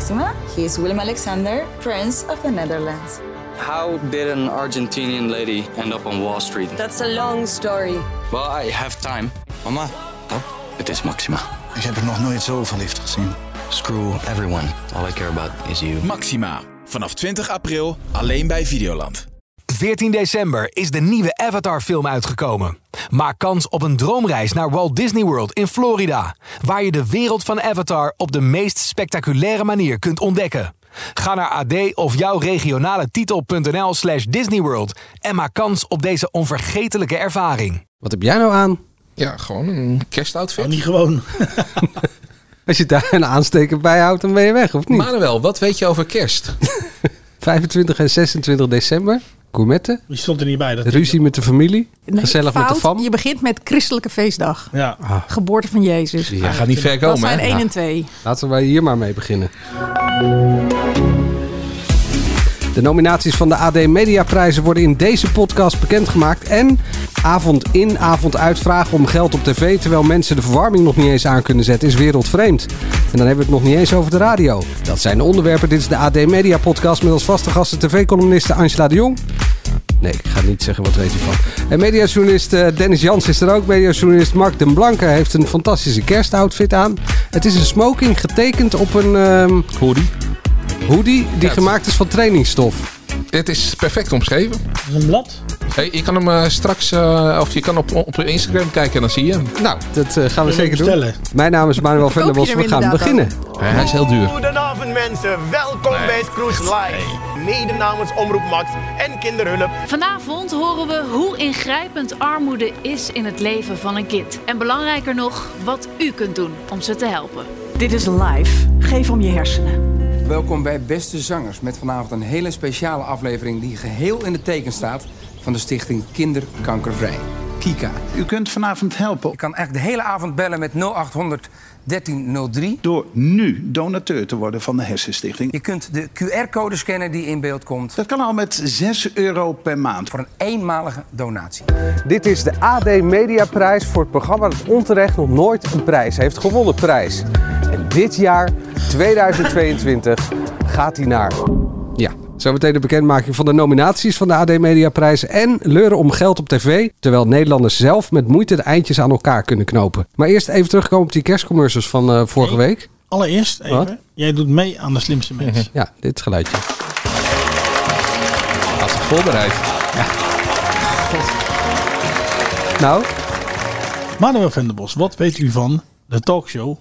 Maxima. He is Willem-Alexander, Prince of the Netherlands. How did an Argentinian lady end up on Wall Street? That's a long story. Well, I have time. Mama, Het is Maxima. ik heb er nog nooit zo verliefd gezien. Screw everyone. All I care about is you. Maxima. Vanaf 20 april alleen bij Videoland. 14 december is de nieuwe Avatar-film uitgekomen. Maak kans op een droomreis naar Walt Disney World in Florida, waar je de wereld van Avatar op de meest spectaculaire manier kunt ontdekken. Ga naar AD of jouw regionale titel.nl/Disneyworld en maak kans op deze onvergetelijke ervaring. Wat heb jij nou aan? Ja, gewoon een kerstoutfit. Oh, niet gewoon. Als je daar een aansteker bij houdt, dan ben je weg, of niet? Manuel, wat weet je over kerst? 25 en 26 december. Gourmetten. Die stond er niet bij. Ruzie met de familie. Nee, gezellig fout. met de fam. Je begint met christelijke feestdag. Ja. Geboorte van Jezus. Ja, gaat niet ver komen. Dat zijn hè? 1 en 2. Laten we hier maar mee beginnen. De nominaties van de AD Mediaprijzen worden in deze podcast bekendgemaakt. En avond in, avond uit vragen om geld op tv, terwijl mensen de verwarming nog niet eens aan kunnen zetten, is wereldvreemd. En dan hebben we het nog niet eens over de radio. Dat zijn de onderwerpen. Dit is de AD Media Podcast met als vaste gasten tv-columniste Angela de Jong. Nee, ik ga niet zeggen wat weet u van. En mediajournalist Dennis Jans is er ook. Mediajournalist Mark den Blanke heeft een fantastische kerstoutfit aan. Het is een smoking getekend op een hoodie die gemaakt is van trainingsstof. Het is perfect omschreven. Dat is een blad. Hey, je kan hem straks, of je kan op Instagram kijken en dan zie je hem. Nou, dat gaan we zeker doen. Bestellen. Mijn naam is Manuel Venderbos. We gaan beginnen. Hij is heel duur. Goedenavond mensen, welkom bij Cruise Live. Mede namens Omroep Max en Kinderhulp. Vanavond horen we hoe ingrijpend armoede is in het leven van een kind. En belangrijker nog, wat u kunt doen om ze te helpen. Dit is live. Geef om je hersenen. Welkom bij Beste Zangers met vanavond een hele speciale aflevering die geheel in het teken staat van de stichting Kinderkankervrij. KIKA. U kunt vanavond helpen. Je kan eigenlijk de hele avond bellen met 0800 1303. Door nu donateur te worden van de Hersenstichting. Je kunt de QR-code scannen die in beeld komt. Dat kan al met €6 per maand. Voor een eenmalige donatie. Dit is de AD Mediaprijs voor het programma dat onterecht nog nooit een prijs heeft gewonnen. Prijs. En dit jaar, 2022, gaat hij naar... Ja, zometeen de bekendmaking van de nominaties van de AD Mediaprijs en leuren om geld op tv, terwijl Nederlanders zelf met moeite de eindjes aan elkaar kunnen knopen. Maar eerst even terugkomen op die kerstcommercials van vorige week. Allereerst even, Wat? Jij doet mee aan de slimste mensen. Ja, dit geluidje. Had zich voorbereid. Ja. Nou? Manuel Venderbos, wat weet u van de talkshow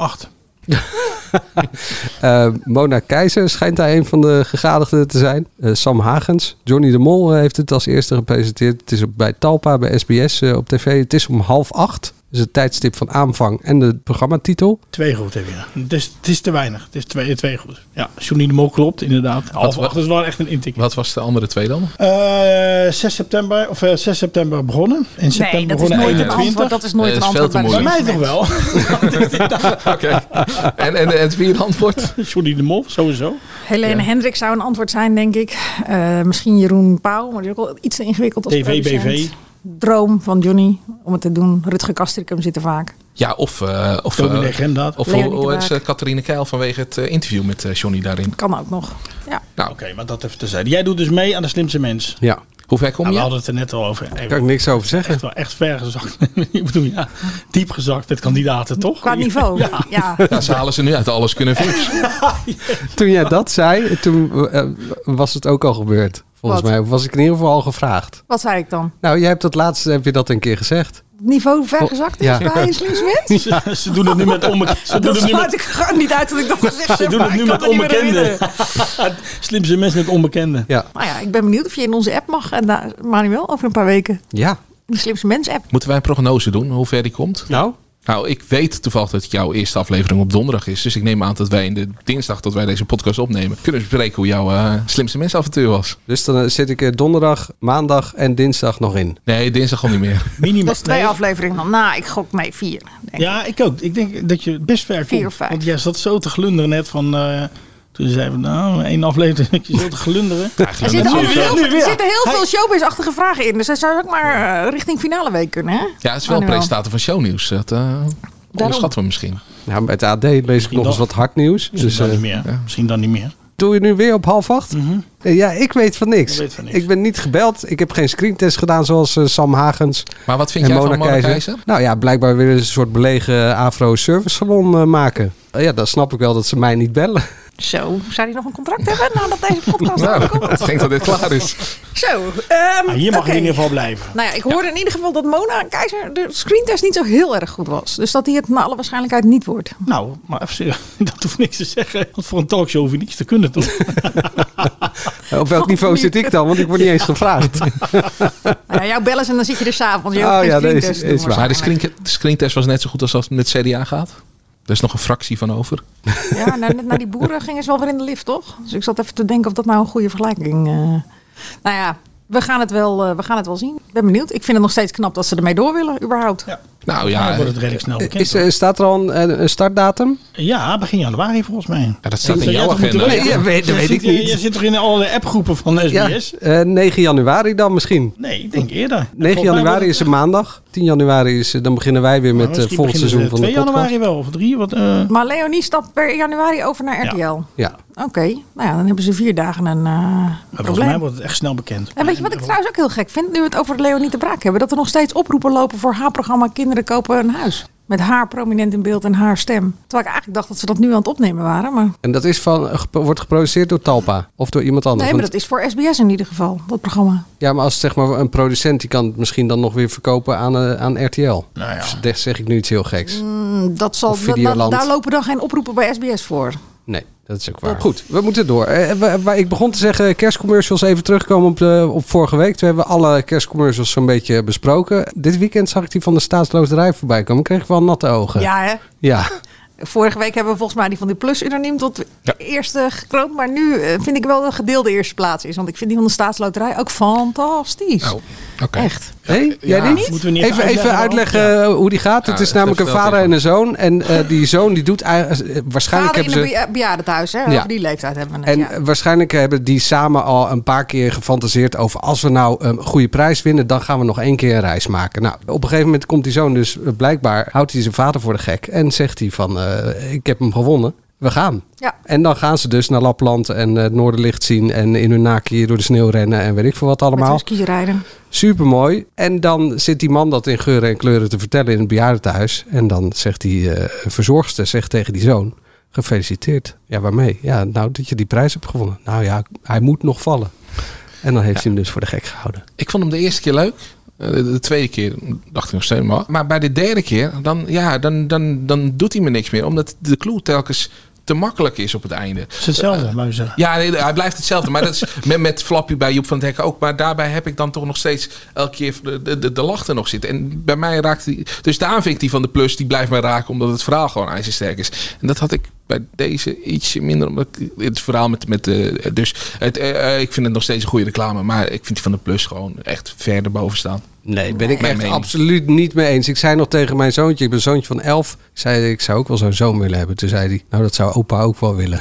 7:30? Mona Keizer schijnt daar een van de gegadigden te zijn. Sam Hagens. Johnny de Mol heeft het als eerste gepresenteerd. Het is bij Talpa, bij SBS op tv. Het is om 7:30. Dus het tijdstip van aanvang en de programmatitel. 2 goed heb je. Het is te weinig. Het is 2 goed. Ja, Johnny de Mol klopt inderdaad. 7:30 is wel echt een intik. Wat was de andere 2 dan? 6 september begonnen. In september dat is nooit een 21. antwoord. Dat is nooit een is antwoord veel te bij de Bij mij slimste toch wel? Oké. En het vierde antwoord? Johnny de Mol, sowieso. Helene Hendrik zou een antwoord zijn, denk ik. Misschien Jeroen Pauw, maar die is ook wel iets te ingewikkeld als TVBV. producent. Droom van Johnny om het te doen. Rutger Kastrikum zit er vaak. Ja, of Legenda. hoe is Catharine Keil vanwege het interview met Johnny daarin? Kan ook nog. Ja. Nou, Oké, maar dat even terzijde. Jij doet dus mee aan de slimste mens. Ja. Hoe ver kom Nou, je? we hadden het er net al over. Daar kan ik niks over zeggen. Echt wel echt ver gezakt. Ik bedoel, ja, diep gezakt met kandidaten, toch? Qua niveau. Ja. Ja, ze halen ze nu uit alles kunnen vips. Toen jij dat zei, toen was het ook al gebeurd. Volgens mij was ik in ieder geval al gevraagd. Wat zei ik dan? Nou, jij hebt dat laatste, heb je dat een keer gezegd. Niveau vergezakt is Ja. bij een slimste mens? Ja, ze doen het nu met onbekende. Dat sluit ik gewoon niet uit dat ik dat gezegd heb. Ze doen het maar nu ik kan met het niet meer onbekenden. herinneren. Slimste mensen met onbekenden. Ja. Nou ja, ik ben benieuwd of je in onze app mag. En Manuel, over een paar weken. Ja. De slimste mens app. Moeten wij een prognose doen, hoe ver die komt? Nou, ik weet toevallig dat jouw eerste aflevering op donderdag is. Dus ik neem aan dat wij in de dinsdag dat wij deze podcast opnemen, kunnen bespreken hoe jouw slimste mensavontuur was. Dus dan zit ik er donderdag, maandag en dinsdag nog in. Nee, dinsdag gewoon niet meer. Minimaal. Dat is 2 afleveringen dan. Nou, ik gok 4. Ja, ik ook. Ik denk dat je best ver komt. 4 of 5. Want jij zat zo te glunderen net van... toen zeiden we, nou, 1 aflevering dat je zo te glunderen. Er zitten heel veel showbiz-achtige vragen in. Dus hij zou ook maar richting finale week kunnen, hè? Ja, het is wel een presentator van shownieuws. Onderschatten we misschien. Ja, bij het AD lees ik nog eens wat hard nieuws. Misschien dan niet meer. Doe je nu weer op 7:30? Mm-hmm. Ja, ik weet van niks. Ik ben niet gebeld. Ik heb geen screentest gedaan zoals Sam Hagens. Maar wat vind jij van Mona Keizer? Nou ja, blijkbaar willen ze een soort belegen afro-service salon maken. Ja, dan snap ik wel dat ze mij niet bellen. Zo, zou hij nog een contract hebben nadat deze podcast uitkomt? Ik denk dat dit klaar is. Zo. Hier mag in ieder geval blijven. Nou ja, ik hoorde in ieder geval dat Mona Keizer de screentest niet zo heel erg goed was. Dus dat hij het naar alle waarschijnlijkheid niet wordt. Nou, maar even serieus, dat hoeft niks te zeggen. Want voor een talkshow hoef je niets te kunnen, toch? Op welk niveau zit ik dan? Want ik word niet eens gevraagd. Nou, jou bellen ze en dan zit je er s'avonds. Maar de screentest was net zo goed als het met CDA gaat. Er is nog een fractie van over. Ja, naar die boeren gingen ze wel weer in de lift, toch? Dus ik zat even te denken of dat nou een goede vergelijking... Nou ja, we gaan het wel zien. Ik ben benieuwd. Ik vind het nog steeds knap dat ze ermee door willen, überhaupt. Ja. Nou ja, dan wordt het redelijk snel bekend. Staat er al een startdatum? Ja, begin januari volgens mij. Ja, dat staat in jouw agenda. Nee, dat weet ik niet. Je zit toch in alle appgroepen van SBS? Ja, 9 januari dan misschien. Nee, ik denk eerder. 9 januari is een maandag. 10 januari dan beginnen wij weer met het volgend seizoen van de podcast. 2 januari wel, of 3. Maar Leonie stapt per januari over naar RTL. Ja. Oké, nou ja, dan hebben ze 4 dagen een probleem. Volgens mij wordt het echt snel bekend. En weet je wat ik trouwens ook heel gek vind? Nu we het over Leonie te Braak hebben. Dat er nog steeds oproepen lopen voor haar programma Kinderen kopen een huis. Met haar prominent in beeld en haar stem. Terwijl ik eigenlijk dacht dat ze dat nu aan het opnemen waren. Maar... En dat is wordt geproduceerd door Talpa? Of door iemand anders? Nee, maar dat is voor SBS in ieder geval, dat programma. Ja, maar als zeg maar een producent, die kan het misschien dan nog weer verkopen aan RTL. Nou ja. Daar zeg ik nu iets heel geks. Daar lopen dan geen oproepen bij SBS voor. Nee, dat is ook waar. Goed, we moeten door. Ik begon te zeggen, kerstcommercials, even terugkomen op vorige week. Toen hebben we alle kerstcommercials zo'n beetje besproken. Dit weekend zag ik die van de Staatsloterij voorbij komen. Kreeg ik wel natte ogen. Ja, hè? Ja. Vorige week hebben we volgens mij die van die Plus unaniem tot eerste gekroond. Maar nu vind ik wel dat een gedeelde eerste plaats is. Want ik vind die van de Staatsloterij ook fantastisch. Oh, okay. Echt. Nee? Jij niet? Moeten we niet even uitleggen hoe die gaat. Het is namelijk een vader en een zoon. En die zoon die doet waarschijnlijk... Vader in een bejaardentehuis, hè? Over die leeftijd hebben we net. En waarschijnlijk hebben die samen al een paar keer gefantaseerd over... als we nou een goede prijs winnen, dan gaan we nog 1 keer een reis maken. Nou, op een gegeven moment komt die zoon dus blijkbaar... houdt hij zijn vader voor de gek. En zegt hij van, ik heb hem gewonnen. We gaan. Ja. En dan gaan ze dus naar Lapland en het Noorderlicht zien... en in hun naakje door de sneeuw rennen en weet ik veel wat allemaal. Met ski rijden. Supermooi. En dan zit die man dat in geuren en kleuren te vertellen in het bejaardentehuis. En dan zegt die verzorgster tegen die zoon... Gefeliciteerd. Ja, waarmee? Ja, nou dat je die prijs hebt gewonnen. Nou ja, hij moet nog vallen. En dan heeft hij hem dus voor de gek gehouden. Ik vond hem de eerste keer leuk. De tweede keer dacht ik nog steeds maar bij de derde keer, dan doet hij me niks meer. Omdat de clue telkens te makkelijk is op het einde. Het is hetzelfde, wou je zeggen. Ja, nee, hij blijft hetzelfde. Maar dat is met Flappy bij Joep van het Hek ook. Maar daarbij heb ik dan toch nog steeds elke keer de lach er nog zitten. En bij mij raakt hij... Dus daarom vind ik die van de Plus, die blijft mij raken. Omdat het verhaal gewoon ijzersterk is. En dat had ik bij deze ietsje minder. Omdat het verhaal ik vind het nog steeds een goede reclame. Maar ik vind die van de Plus gewoon echt ver erboven staan. Nee, ben ik echt absoluut niet mee eens. Ik zei nog tegen mijn zoontje, ik ben een zoontje van 11. Ik zou ook wel zo'n zoon willen hebben. Toen zei hij, nou dat zou opa ook wel willen.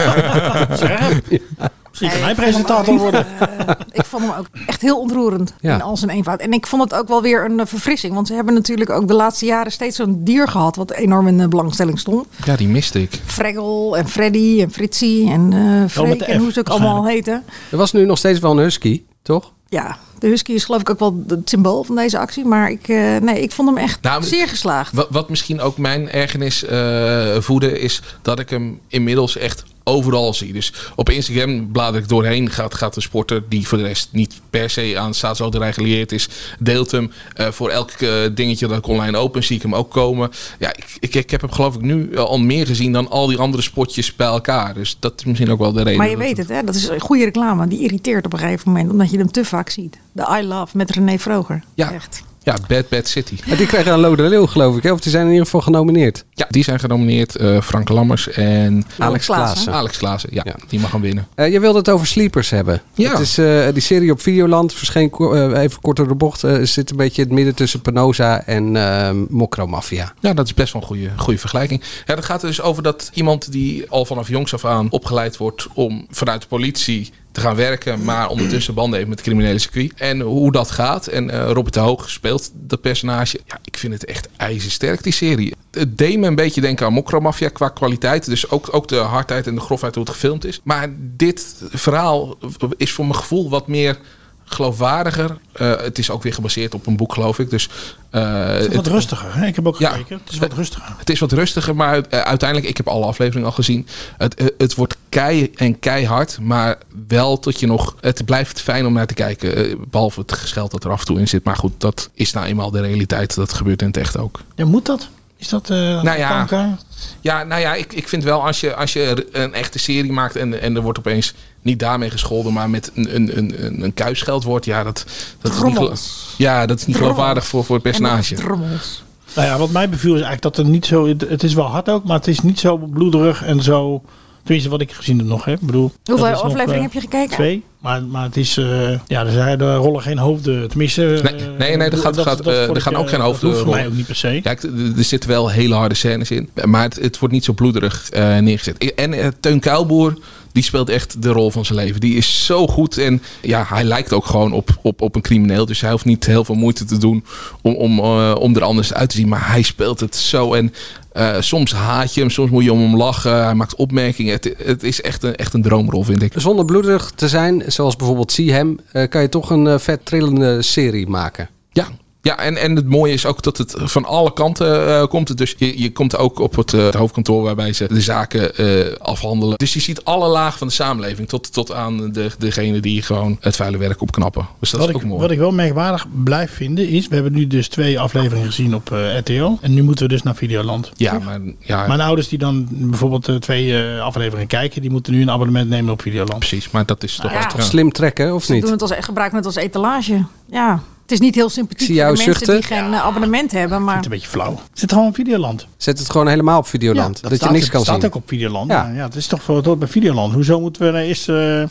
Misschien kan hij presentator worden. Ik vond hem ook echt heel ontroerend in al zijn eenvoud. En ik vond het ook wel weer een verfrissing. Want ze hebben natuurlijk ook de laatste jaren steeds zo'n dier gehad... wat enorm in de belangstelling stond. Ja, die miste ik. Fregel en Freddy en Fritsie en Freek en hoe ze ook allemaal heten. Er was nu nog steeds wel een husky, toch? Ja, de husky is geloof ik ook wel het symbool van deze actie. Maar ik vond hem echt zeer geslaagd. Wat misschien ook mijn ergernis voedde... is dat ik hem inmiddels echt overal zie. Dus op Instagram blader ik doorheen. Gaat de sporter die voor de rest niet per se aan Staatsloterij gelieerd is... deelt hem. Voor elk dingetje dat ik online open zie ik hem ook komen. Ja, ik heb hem geloof ik nu al meer gezien... dan al die andere spotjes bij elkaar. Dus dat is misschien ook wel de reden. Maar je weet het, hè? Dat is een goede reclame. Die irriteert op een gegeven moment. Omdat je hem te vaak ziet. De I Love met René Vroger. Ja. Echt. Ja, Bad City. Maar die krijgen een Lode Leeuw, geloof ik. Hè? Of die zijn in ieder geval genomineerd. Ja, die zijn genomineerd. Frank Lammers en Alex Klaassen. Alex Klaassen, ja. Die mag hem winnen. Je wilde het over Sleepers hebben. Ja. Het is die serie op Videoland. Verscheen even kort door de bocht. Zit een beetje in het midden tussen Penosa en Mokro Mafia. Ja, dat is best wel een goede vergelijking. Ja, dat gaat er dus over dat iemand die al vanaf jongs af aan opgeleid wordt... om vanuit de politie te gaan werken, maar ondertussen banden heeft met het criminele circuit. En hoe dat gaat. En Robert de Hoog speelt dat personage. Ja, ik vind het echt ijzersterk, die serie. Het deed me een beetje denken aan Mokromafia qua kwaliteit. Dus ook de hardheid en de grofheid hoe het gefilmd is. Maar dit verhaal is voor mijn gevoel wat meer geloofwaardiger. Het is ook weer gebaseerd op een boek, geloof ik. Dus, het is wat rustiger. Hè? Ik heb ook gekeken. Het is wat rustiger. Het is wat rustiger, maar uiteindelijk, ik heb alle afleveringen al gezien. Het wordt keihard, maar wel tot je nog... Het blijft fijn om naar te kijken. Behalve het gescheld dat er af en toe in zit. Maar goed, dat is nou eenmaal de realiteit. Dat gebeurt in het echt ook. Ja, moet dat? Is dat kanker? Ja, ik vind wel als je een echte serie maakt en er wordt opeens niet daarmee gescholden, maar met een kuisscheldwoord, dat is niet geloofwaardig voor het personage. Nou ja, wat mij beviel is eigenlijk dat er niet zo... Het is wel hard ook, maar het is niet zo bloederig en zo... Tenminste, wat ik gezien heb nog. Hè. Ik bedoel, hoeveel afleveringen heb je gekeken? 2. Maar het is... er rollen geen hoofden. Tenminste... Nee, er gaan ook geen hoofden rollen. Voor mij ook niet per se. Ja, er zitten wel hele harde scènes in. Maar het wordt niet zo bloederig neergezet. En Teun Kuilboer... Die speelt echt de rol van zijn leven. Die is zo goed. En ja, hij lijkt ook gewoon op een crimineel. Dus hij hoeft niet heel veel moeite te doen om er anders uit te zien. Maar hij speelt het zo. En soms haat je hem. Soms moet je om hem lachen. Hij maakt opmerkingen. Het is echt een droomrol, vind ik. Zonder bloederig te zijn, zoals bijvoorbeeld See Hem, kan je toch een vet trillende serie maken. Ja, en het mooie is ook dat het van alle kanten komt. Dus je komt ook op het hoofdkantoor waarbij ze de zaken afhandelen. Dus je ziet alle lagen van de samenleving tot aan degene die gewoon het vuile werk opknappen. Dus dat is ook mooi. Wat ik wel merkwaardig blijf vinden is... We hebben nu dus 2 afleveringen gezien op RTL. En nu moeten we dus naar Videoland. Ja, mijn ouders die dan bijvoorbeeld 2 afleveringen kijken... die moeten nu een abonnement nemen op Videoland. Precies, maar dat is toch slim trekken, of niet? Ze doen het gebruiken het als etalage. Ja. Het is niet heel sympathiek voor de mensen die geen abonnement hebben. Maar... Het is een beetje flauw. Zit gewoon op Videoland. Zet het gewoon helemaal op Videoland. Ja, dat je niks kan zien. Dat staat ook op Videoland. Ja, het is toch voor bij Videoland. Hoezo moeten we eerst... we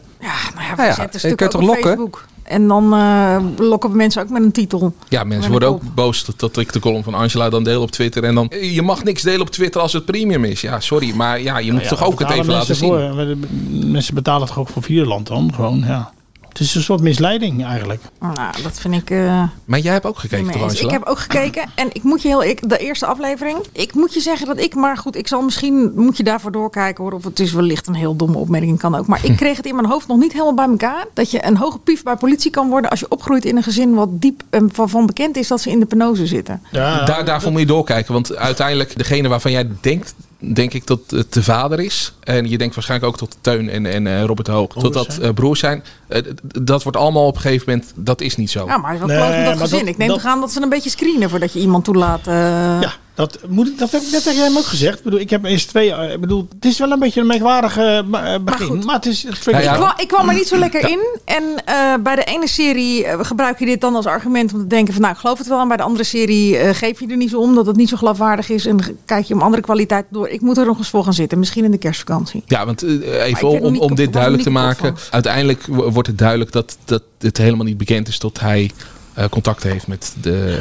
zetten stukken op lokken? Facebook. En dan lokken we mensen ook met een titel. Ja, mensen worden ook boos dat ik de column van Angela dan deel op Twitter. En dan, je mag niks delen op Twitter als het premium is. Ja, sorry. Maar je moet toch ook het even laten zien. Mensen betalen toch ook voor Videoland dan? Gewoon, ja. Het is een soort misleiding eigenlijk. Nou, dat vind ik... Maar jij hebt ook gekeken, toch, Angela? Ik heb ook gekeken. En ik moet je de eerste aflevering... Ik moet je zeggen dat maar goed, ik zal misschien... Moet je daarvoor doorkijken, hoor. Of het is wellicht een heel domme opmerking, kan ook. Maar ik kreeg het in mijn hoofd nog niet helemaal bij elkaar. Dat je een hoge pief bij politie kan worden... als je opgroeit in een gezin wat diep van bekend is... dat ze in de penose zitten. Ja, daarvoor moet je doorkijken. Want uiteindelijk, degene waarvan jij denkt... Denk ik dat het de vader is. En je denkt waarschijnlijk ook tot Teun en Robert Hoog. Tot dat broers zijn. Dat wordt allemaal op een gegeven moment... Dat is niet zo. Ja, maar wat klopt met dat gezin? Ik neem toch aan dat ze een beetje screenen... voordat je iemand toelaat... Ja, dat heb ik net tegen hem ook gezegd. Ik bedoel, ik heb eens 2... Ik bedoel, het is wel een beetje een merkwaardige begin. Maar het is... Ik kwam er niet zo lekker in. En bij de ene serie gebruik je dit dan als argument... om te denken van, nou, ik geloof het wel. En bij de andere serie geef je er niet zo om... dat het niet zo geloofwaardig is. En kijk je om andere kwaliteit door. Ik moet er nog eens voor gaan zitten. Misschien in de kerstvakantie. Ja, want even om dit duidelijk te maken. Uiteindelijk wordt het duidelijk dat het helemaal niet bekend is tot hij... contact heeft met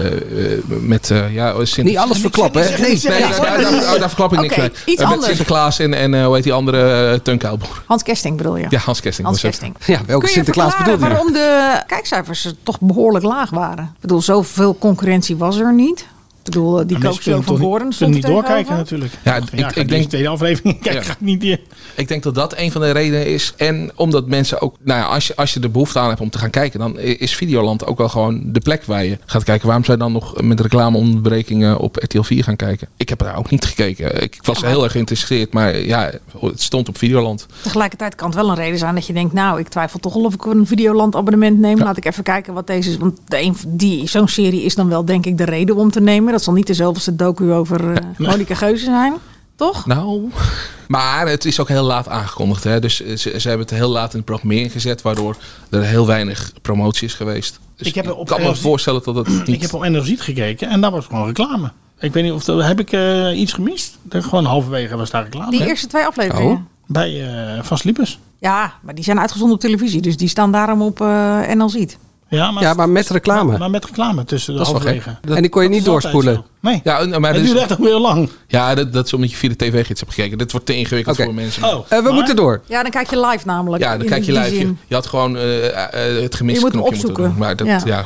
niet alles verklappen, hè? Nee, daar verklap ik niks mee. Met Sinterklaas en hoe heet die andere Teun Kuilboer? Hans Kersting bedoel je? Ja, Hans Kersting. Ja, welke Sinterklaas bedoel je? Waarom de kijkcijfers toch behoorlijk laag waren? Ik bedoel, zoveel concurrentie was er niet. Ik bedoel, die kookshow van Gordon stond niet doorkijken natuurlijk. Ja, ik denk de tweede aflevering ga ik niet meer. Ik denk dat een van de redenen is. En omdat mensen ook... Nou ja, als je er behoefte aan hebt om te gaan kijken... dan is Videoland ook wel gewoon de plek waar je gaat kijken. Waarom zou je dan nog met reclameonderbrekingen op RTL 4 gaan kijken? Ik heb daar ook niet gekeken. Ik was heel erg geïnteresseerd. Maar ja, het stond op Videoland. Tegelijkertijd kan het wel een reden zijn dat je denkt... nou, ik twijfel toch al of ik een Videoland abonnement neem. Ja. Laat ik even kijken wat deze is. Want zo'n serie is dan wel denk ik de reden om te nemen. Dat zal niet dezelfde docu over Monica Geuze zijn. Toch? Nou, maar het is ook heel laat aangekondigd. Hè? Dus ze hebben het heel laat in de programmering gezet... waardoor er heel weinig promotie is geweest. Dus ik kan me voorstellen dat het niet... Ik heb op Energiet gekeken en daar was gewoon reclame. Ik weet niet of heb ik iets gemist? Gewoon halverwege was daar reclame. Die eerste 2 afleveringen? Bij Van Sliepers. Ja, maar die zijn uitgezonden op televisie. Dus die staan daarom op NL Ziet. Ja, maar met reclame. Maar met reclame tussen de halverwege. En die kon je niet doorspoelen. Nee, ja, maar het duurt echt nog heel lang. Ja, dat is omdat je via de tv-gids hebt gekeken. Dit wordt te ingewikkeld voor mensen. We moeten door. Ja, dan kijk je live namelijk. Ja, dan kijk je live. Je had gewoon het gemiste knopje moeten doen. Maar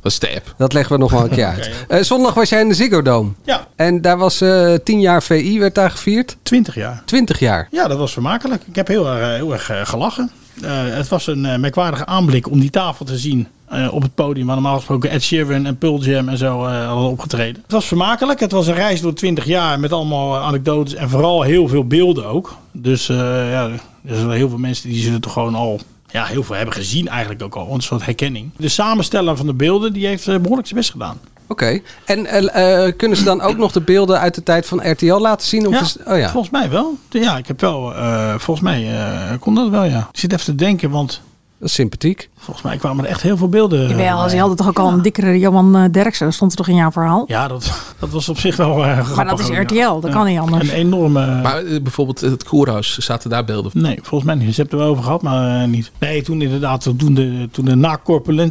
Dat is de app. Dat leggen we nog wel een keer uit. Zondag was jij in de Ziggo Dome. Ja. En daar was 10 jaar VI, werd daar gevierd. 20 jaar. 20 jaar. Ja, dat was vermakelijk. Ik heb heel erg gelachen. Het was een merkwaardige aanblik om die tafel te zien op het podium waar normaal gesproken Ed Sheeran en Pearl Jam en zo hadden opgetreden. Het was vermakelijk. Het was een reis door 20 jaar met allemaal anekdotes en vooral heel veel beelden ook. Dus er zijn heel veel mensen die zullen toch gewoon al heel veel hebben gezien eigenlijk ook al. Een soort herkenning. De samensteller van de beelden die heeft behoorlijk zijn best gedaan. Oké. En kunnen ze dan ook nog de beelden uit de tijd van RTL laten zien? Of volgens mij wel. Ja, ik heb wel. Volgens mij kon dat wel, ja. Ik zit even te denken, want... Dat is sympathiek. Volgens mij kwamen er echt heel veel beelden. Jawel, ze hadden toch ook al een dikkere Johan Derksen. Dat stond er toch in jouw verhaal? Ja, dat was op zich wel grappig. Maar dat is RTL, dat kan niet anders. Een enorme... Maar bijvoorbeeld het Koerhuis, zaten daar beelden van? Nee, volgens mij niet. Ze hebben het er wel over gehad, maar niet. Nee, toen inderdaad, toen de na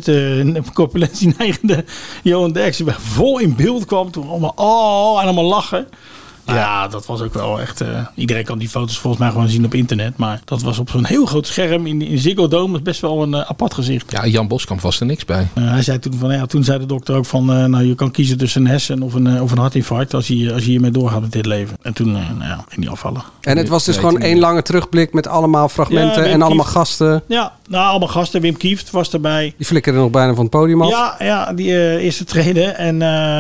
corpulentie neigende Johan Derksen vol in beeld kwam. Toen allemaal lachen. Ja, dat was ook wel echt... iedereen kan die foto's volgens mij gewoon zien op internet. Maar dat was op zo'n heel groot scherm in Ziggo Dome. Dat is best wel een apart gezicht. Ja, Jan Boskamp was er niks bij. Hij zei toen toen zei de dokter ook van... je kan kiezen tussen een hersen of een hartinfarct... als je hiermee doorgaat met dit leven. En toen ging hij afvallen. En het was dus gewoon één lange terugblik met allallemaal fragmenten en allemaal gasten. Ja, allemaal gasten. Wim Kieft was erbij. Die flikkerde nog bijna van het podium af. Ja, die eerste treden. En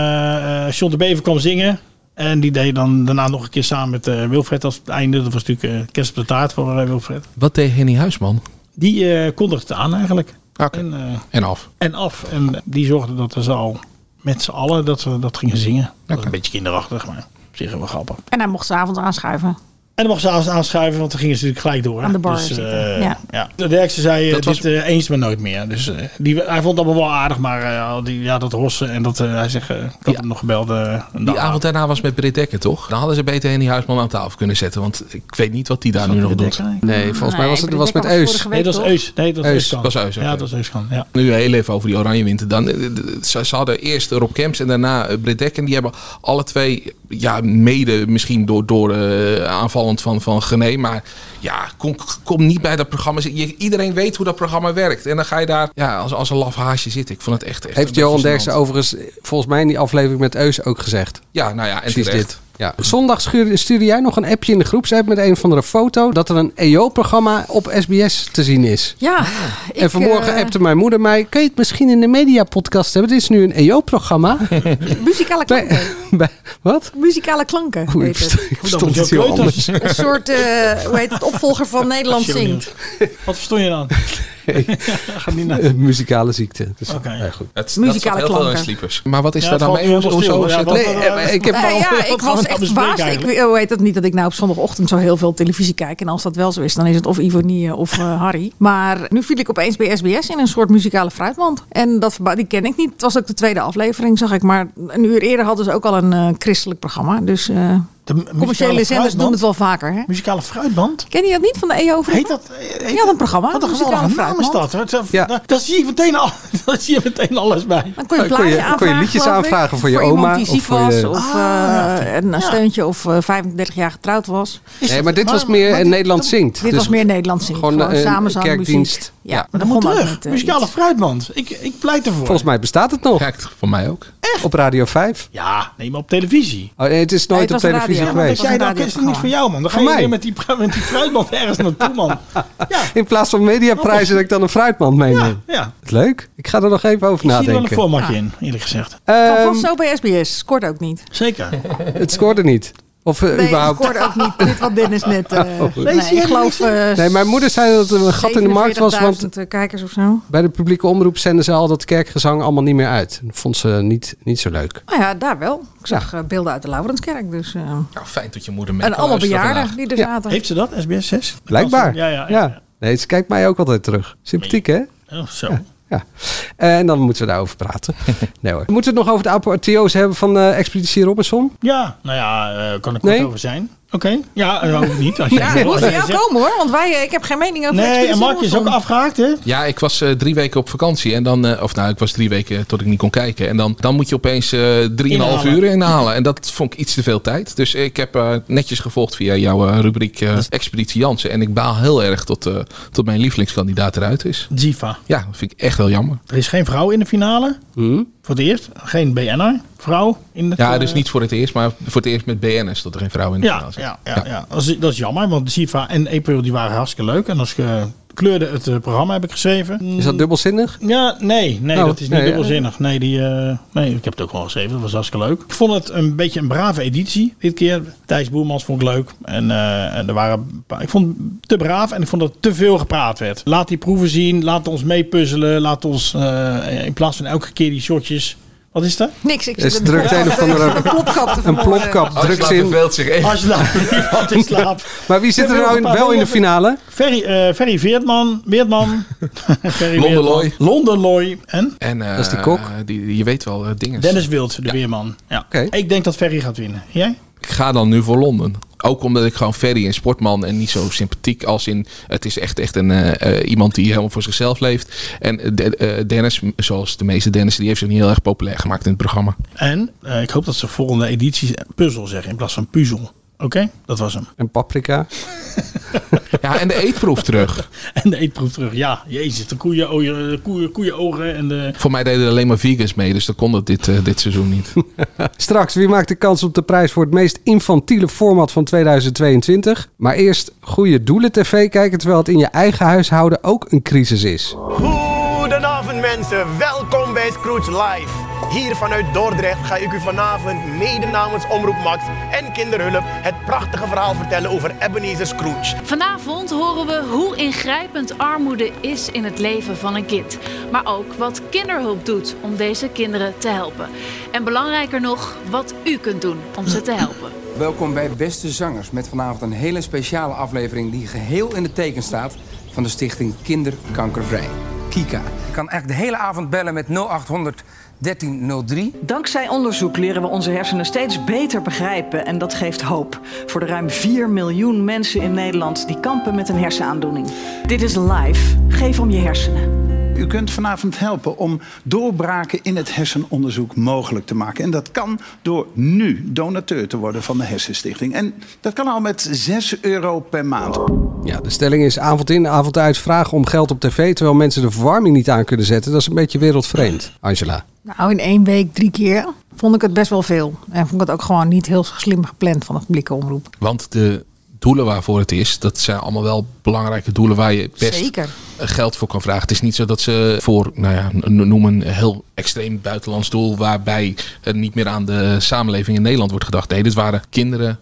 John de Bever kwam zingen. En die deed dan daarna nog een keer samen met Wilfred als het einde. Dat was natuurlijk kerst op de taart voor Wilfred. Wat deed Henny Huisman? Die kondigde aan eigenlijk. Okay. En af. En af. En die zorgde dat we al met z'n allen dat gingen zingen. Dat was een beetje kinderachtig, maar op zich wel grappig. En hij mocht 's avonds aanschuiven. En dan mocht ze avonds aanschuiven, want dan gingen ze natuurlijk gelijk door. Aan de bar zitten. Ja. De Derksen zei eens maar nooit meer. Dus hij vond het allemaal wel aardig, maar dat hossen en dat hij zegt, ik had hem nog gebeld. Die avond daarna was met Britt Dekker, toch? Dan hadden ze beter Henny Huisman aan tafel kunnen zetten, want ik weet niet wat die daar nu nog doet. Nee, volgens mij was het met Eus. Nee, dat was Eus. Nee, dat was Euskan. Dat was Eus. Ja, dat was Euskan. Ja. Nu heel even over die Oranje Winter. Dan, ze hadden eerst Rob Kemps en daarna Britt Dekker. En die hebben alle twee, mede misschien door aanvallend van Gené. Maar kom niet bij dat programma. Iedereen weet hoe dat programma werkt. En dan ga je daar als een laf haasje zitten. Ik vond het echt heeft Johan Derksen overigens volgens mij in die aflevering met Eus ook gezegd. Ja, en precies dit. Ja. Zondag stuurde jij nog een appje in de groepsapp met een of andere foto dat er een EO-programma op SBS te zien is. Ja. En vanmorgen appte mijn moeder mij, kun je het misschien in de mediapodcast hebben? Dit is nu een EO-programma. Muzikale klanken. Wat? Muzikale klanken. Ik verstond het heel anders. Een soort, opvolger van Nederland zingt. Wat verstond je dan? Muzikale ziekte. Dus, goed. Muzikale heel klanken. veel in sleepers. Maar wat is daar dan mee? Ik was echt verbaasd. Ik weet het niet dat ik nou op zondagochtend zo heel veel televisie kijk. En als dat wel zo is, dan is het of Ivonie of Harry. Maar nu viel ik opeens bij SBS in een soort muzikale fruitmand. En die ken ik niet. Het was ook de tweede aflevering, zag ik. Maar een uur eerder hadden ze ook al een christelijk programma. Dus de commerciële zenders doen het wel vaker. Hè? Muzikale fruitband? Ken je dat niet van de EO? Heet dat? Ja, een programma. Wat een geweldige naam is dat. Daar zie je meteen alles bij. Dan kon je een plaatje aanvragen. Kon je liedjes aanvragen voor je oma. Iemand die ziek was. Of een steuntje of 35 jaar getrouwd was. Nee, maar dit was meer Nederland zingt. Dit was meer Nederland zingt. Gewoon samenzang, kerkdienst. Ja, maar dat moet terug. Muzikale fruitmand. Ik pleit ervoor. Volgens mij bestaat het nog. Ja, voor mij ook. Echt? Op Radio 5. Ja, nee, maar op televisie. Oh, nee, het is nooit op televisie geweest. Dat jij dan is het niet voor jou, man. Dan ga je weer met die fruitmand ergens naartoe, man. Ja. In plaats van mediaprijzen dat ik dan een fruitmand meeneem. Ja. Leuk. Ik ga er nog even over nadenken. Ik zie er wel een formatje in, eerlijk gezegd. Kan vast zo bij SBS. Scoort ook niet. Zeker. Het scoorde niet. Of nee, überhaupt. Ik hoorde ook niet dit wat Dennis net... ik geloof... nee, mijn moeder zei dat er een gat in de markt was. Want kijkers of zo. Bij de publieke omroep zenden ze al dat kerkgezang allemaal niet meer uit. Dat vond ze niet zo leuk. Nou ja, daar wel. Ik zag beelden uit de Laurenskerk. Dus, fijn dat je moeder mee en allemaal bejaarden die er zaten. Heeft ze dat, SBS 6? Blijkbaar. Ja. Nee, ze kijkt mij ook altijd terug. Sympathiek, hè? Oh, zo. Ja. En dan moeten we daarover praten. Nee hoor. Moeten we het nog over de apotheose hebben van Expeditie Robinson? Ja, nou ja, kan er kort over zijn. Oké. Ja, dat hoef ik niet. Als Ja, het moet van jou komen hoor, want ik heb geen mening over Nee, en Mark is ook afgehaakt, hè? Ja, ik was 3 weken op vakantie. En dan, ik was 3 weken tot ik niet kon kijken. En dan moet je opeens 3,5 uur inhalen. En dat vond ik iets te veel tijd. Dus ik heb netjes gevolgd via jouw rubriek Expeditie Jansen. En ik baal heel erg tot mijn lievelingskandidaat eruit is. Ziva. Ja, dat vind ik echt wel jammer. Er is geen vrouw in de finale. Voor het eerst. Geen BN'er. Vrouw in het... Ja, dus niet voor het eerst, maar voor het eerst met BN'ers dat er geen vrouw in de finale zit. Ja. Dat is jammer, want Ziva en April die waren hartstikke leuk. En als kleurde het programma, heb ik geschreven. Is dat dubbelzinnig? Ja, nee, dat is niet dubbelzinnig. Nee, ik heb het ook wel geschreven. Dat was hartstikke leuk. Ik vond het een beetje een brave editie dit keer. Thijs Boermans vond ik leuk. En er waren... Ik vond het te braaf en ik vond dat te veel gepraat werd. Laat die proeven zien, laat ons meepuzzelen. Laat ons in plaats van elke keer die shotjes... Wat is dat? Niks. Ik is drukt een of andere een plopkap drukt in. Als je laat in slaap. Maar wie zit er nou wel in de finale? Ferry Weertman. Londen Loy. En dat is die kok. Je weet wel dingen. Dennis Wild, de weerman. Ja. Okay. Ik denk dat Ferry gaat winnen. Jij? Ik ga dan nu voor Londen. Ook omdat ik gewoon Ferry een sportman en niet zo sympathiek als in... Het is echt iemand die helemaal voor zichzelf leeft. En Dennis, zoals de meeste Dennis, die heeft zich niet heel erg populair gemaakt in het programma. En ik hoop dat ze volgende editie puzzel zeggen in plaats van puzzel. Oké, dat was hem. En paprika. Ja, en de eetproef terug. Ja. Jezus, de koeienogen en de... Voor mij deden er alleen maar vegans mee, dus dan kon dat dit seizoen niet. Straks, wie maakt de kans op de prijs voor het meest infantiele format van 2022? Maar eerst goede doelen tv kijken, terwijl het in je eigen huishouden ook een crisis is. Goedenavond mensen, welkom bij Scrooge Live. Hier vanuit Dordrecht ga ik u vanavond mede namens Omroep Max en Kinderhulp het prachtige verhaal vertellen over Ebenezer Scrooge. Vanavond horen we hoe ingrijpend armoede is in het leven van een kind. Maar ook wat Kinderhulp doet om deze kinderen te helpen. En belangrijker nog, wat u kunt doen om ze te helpen. Welkom bij Beste Zangers met vanavond een hele speciale aflevering die geheel in het teken staat van de stichting Kinderkankervrij. Kika. Je kan eigenlijk de hele avond bellen met 0800 1303. Dankzij onderzoek leren we onze hersenen steeds beter begrijpen. En dat geeft hoop voor de ruim 4 miljoen mensen in Nederland die kampen met een hersenaandoening. Dit is Live. Geef om je hersenen. U kunt vanavond helpen om doorbraken in het hersenonderzoek mogelijk te maken. En dat kan door nu donateur te worden van de Hersenstichting. En dat kan al met €6 per maand. Ja, de stelling is avond in, avond uit vragen om geld op tv... terwijl mensen de verwarming niet aan kunnen zetten. Dat is een beetje wereldvreemd. Angela. Nou, in 1 week 3 keer vond ik het best wel veel. En vond ik het ook gewoon niet heel slim gepland van het publieke omroep. Want de doelen waarvoor het is, dat zijn allemaal wel belangrijke doelen waar je best geld voor kan vragen. Het is niet zo dat ze voor, noem een heel extreem buitenlands doel waarbij er niet meer aan de samenleving in Nederland wordt gedacht. Nee, dit waren kinderen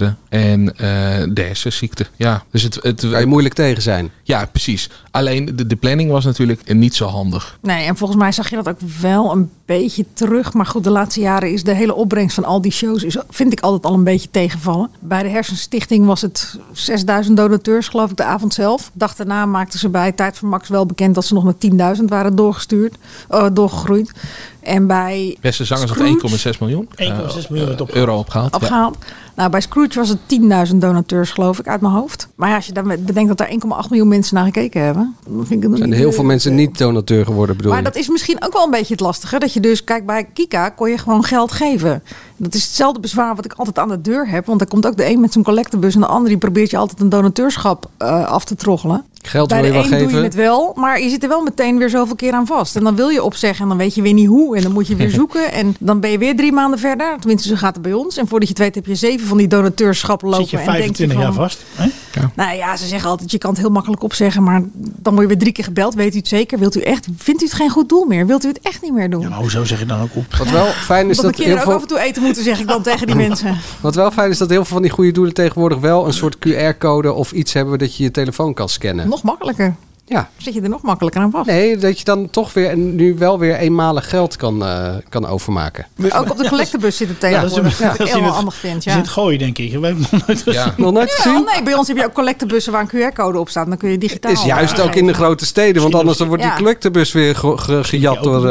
en de hersenziekte. Ja, dus het kan je moeilijk tegen zijn. Ja, precies. Alleen de planning was natuurlijk niet zo handig. Nee, en volgens mij zag je dat ook wel een beetje terug. Maar goed, de laatste jaren is de hele opbrengst van al die shows, vind ik altijd al een beetje tegenvallen. Bij de Hersenstichting was het 6.000 donateurs, geloof ik, de avond zelf. De dag daarna maakten ze bij Tijd van Max wel bekend dat ze nog met 10.000 waren doorgegroeid. En bij Beste Zangers had 1,6 miljoen. 1,6 miljoen euro opgehaald. Ja. Nou, bij Scrooge was het 10.000 donateurs, geloof ik, uit mijn hoofd. Maar ja, als je dan bedenkt dat er 1,8 miljoen mensen naar gekeken hebben, dan vind ik het zijn er heel veel mensen niet donateur geworden, bedoel je? Maar dat is misschien ook wel een beetje het lastige. Dat je dus, kijk, bij Kika kon je gewoon geld geven. Dat is hetzelfde bezwaar wat ik altijd aan de deur heb. Want er komt ook de een met zijn collectebus en de ander die probeert je altijd een donateurschap af te troggelen. Geld bij wil je wel de een geven. doe je het wel, maar je zit er wel meteen weer zoveel keer aan vast. En dan wil je opzeggen en dan weet je weer niet hoe. En dan moet je weer zoeken. En dan ben je weer 3 maanden verder. Tenminste, zo gaat het bij ons. En voordat je het weet heb je 7 van die donateurschappen lopen. Zit je 25 jaar vast? Hè? Ja. Nou ja, ze zeggen altijd, je kan het heel makkelijk opzeggen. Maar dan word je weer 3 keer gebeld. Weet u het zeker? Vindt u het geen goed doel meer? Wilt u het echt niet meer doen? Ja, maar hoezo zeg je dan ook op? Wat wel fijn is dat de kinderen ook af en toe eten moeten, zeg ik dan tegen die mensen. Wat wel fijn is dat heel veel van die goede doelen tegenwoordig wel een soort QR-code of iets hebben dat je je telefoon kan scannen. Nog makkelijker. Ja. Zit je er nog makkelijker aan vast? Nee, dat je dan toch weer nu wel weer eenmalig geld kan overmaken. Ook op de collectebus zit het tegenwoordig. Ja, dat is heel handig vind. Ja. Je zit gooien, denk ik. We hebben nog nooit gezien. Nog nooit gezien? Nee, bij ons heb je ook collectebussen waar een QR-code op staat. Dan kun je digitaal. Het is juist ook in de grote steden, want anders dan wordt die collectebus weer gejat door.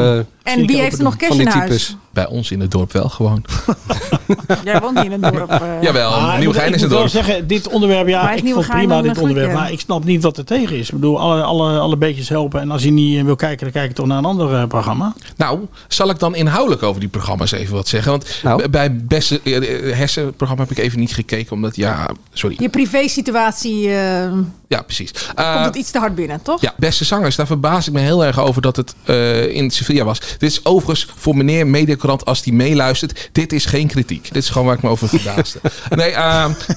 En wie heeft er nog cash in huis? Bij ons in het dorp wel gewoon. Jij woont niet in een dorp. Jawel, Nieuwegein is een dorp. Ik wil zeggen, dit onderwerp, ik vond prima dit onderwerp. Maar ik snap niet wat er tegen is. Ik bedoel, alle beetjes helpen. En als je niet wil kijken, dan kijk je toch naar een ander programma. Nou, zal ik dan inhoudelijk over die programma's even wat zeggen? Want bij beste hersenprogramma heb ik even niet gekeken. Omdat, je privésituatie... ja, precies. Komt het iets te hard binnen, toch? Ja, beste zangers. Daar verbaas ik me heel erg over dat het in Sevilla was. Dit is overigens voor meneer Mediacorant, als die meeluistert. Dit is geen kritiek. Dit is gewoon waar ik me over verbaasde. Nee, ik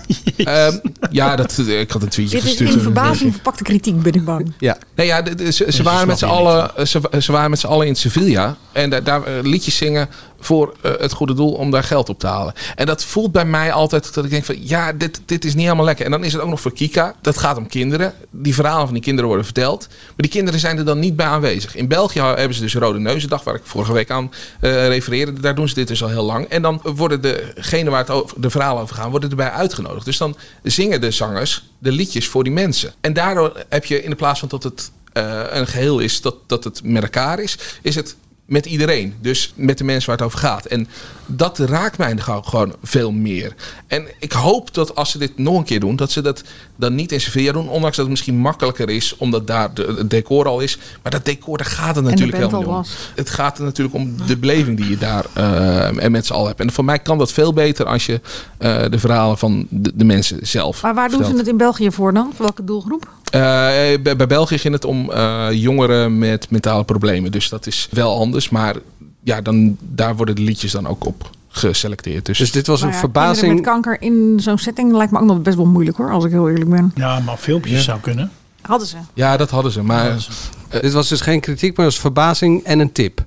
had een tweetje gestuurd. Dit is in verbazing verpakte kritiek, ben ik bang. Ja. Nee, ja, ze waren met z'n allen in Sevilla. En daar liedjes zingen voor het goede doel om daar geld op te halen. En dat voelt bij mij altijd dat ik denk van... ja, dit is niet helemaal lekker. En dan is het ook nog voor Kika. Dat gaat om kinderen. Die verhalen van die kinderen worden verteld. Maar die kinderen zijn er dan niet bij aanwezig. In België hebben ze dus Rode Neuzendag, waar ik vorige week aan refereerde. Daar doen ze dit dus al heel lang. En dan worden degenen waar de verhalen over gaan, worden erbij uitgenodigd. Dus dan zingen de zangers de liedjes voor die mensen. En daardoor heb je in de plaats van dat het een geheel is, dat het met elkaar is het met iedereen. Dus met de mensen waar het over gaat. En dat raakt mij gewoon veel meer. En ik hoop dat als ze dit nog een keer doen, dat ze dat dan niet in Sevilla doen. Ondanks dat het misschien makkelijker is, omdat daar het decor al is. Maar dat decor, daar gaat het natuurlijk helemaal niet om. Het gaat er natuurlijk om de beleving die je daar met z'n allen hebt. En voor mij kan dat veel beter als je de verhalen van de mensen zelf Maar waar doen ze het in België voor dan? Voor welke doelgroep? Bij België ging het om jongeren met mentale problemen. Dus dat is wel anders. Maar ja, daar worden de liedjes dan ook op geselecteerd. Dus dit was een verbazing. Met kanker in zo'n setting lijkt me ook nog best wel moeilijk hoor, als ik heel eerlijk ben. Ja, maar filmpjes zou kunnen. Hadden ze? Ja, dat hadden ze. Maar dit was dus geen kritiek, maar dat was verbazing en een tip.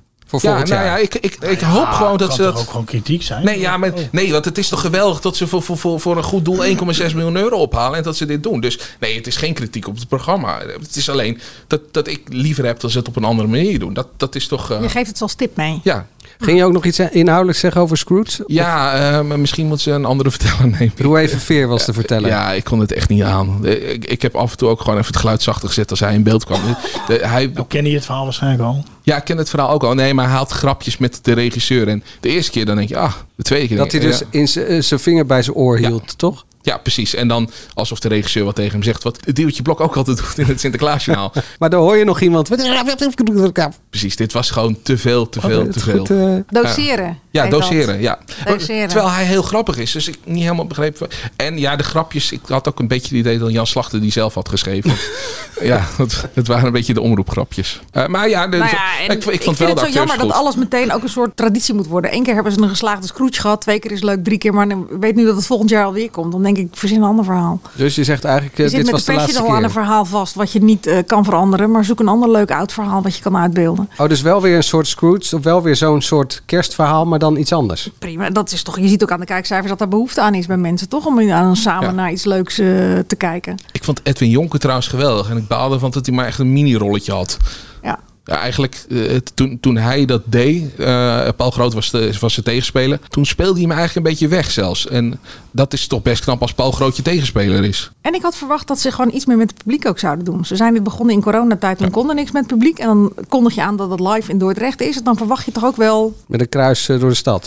Ik hoop gewoon dat ze dat... Kan ook gewoon kritiek zijn? Nee, want het is toch geweldig dat ze voor een goed doel 1,6 miljoen euro ophalen en dat ze dit doen. Dus nee, het is geen kritiek op het programma. Het is alleen dat ik liever heb dat ze het op een andere manier doen. Dat is toch... Je geeft het als tip mee. Ja. Ging je ook nog iets inhoudelijk zeggen over Scrooge? Ja, maar misschien moet ze een andere verteller nemen. Doe even Veer was de verteller. Ja, ik kon het echt niet aan. Ik heb af en toe ook gewoon even het geluid zachter gezet als hij in beeld kwam. Ken je het verhaal waarschijnlijk al? Ja, ik ken het verhaal ook al. Nee, maar hij haalt grapjes met de regisseur. En de eerste keer dan denk je, de tweede keer... Dat hij dus in zijn vinger bij zijn oor hield, toch? Ja, precies. En dan alsof de regisseur wat tegen hem zegt. Wat het Diewertje Blok ook altijd doet in het Sinterklaasjournaal. Maar dan hoor je nog iemand... Precies, dit was gewoon te veel. Doseren. Ja, doseren. Ja. Terwijl hij heel grappig is. Dus ik niet helemaal begrepen. En ja, de grapjes. Ik had ook een beetje het idee dat Jan Slachter die zelf had geschreven. Ja, het waren een beetje de omroepgrapjes. Maar ja, ik vond het zo jammer dat alles meteen ook een soort traditie moet worden. 1 keer hebben ze een geslaagde Scrooge gehad. 2 keer is leuk. 3 keer. Maar ik weet nu dat het volgend jaar alweer komt. Dan denk ik, verzin een ander verhaal. Dus je zegt eigenlijk, je zit met de laatste keer. Aan een verhaal vast wat je niet kan veranderen. Maar zoek een ander leuk oud verhaal wat je kan uitbeelden. Oh, dus wel weer een soort Scrooge. Of wel weer zo'n soort kerstverhaal, maar dan iets anders. Prima. Dat is toch, je ziet ook aan de kijkcijfers dat er behoefte aan is bij mensen. Toch? Om samen naar iets leuks te kijken. Ik vond Edwin Jonker trouwens geweldig. En ik baalde van dat hij maar echt een mini-rolletje had. Ja. Ja, eigenlijk toen hij dat deed, Paul Groot was zijn tegenspeler. Toen speelde hij me eigenlijk een beetje weg zelfs. En dat is toch best knap als Paul Groot je tegenspeler is. En ik had verwacht dat ze gewoon iets meer met het publiek ook zouden doen. Ze zijn dit begonnen in coronatijd, toen kon er niks met het publiek. En dan kondig je aan dat het live in Dordrecht is. En dan verwacht je toch ook wel... Met een kruis door de stad.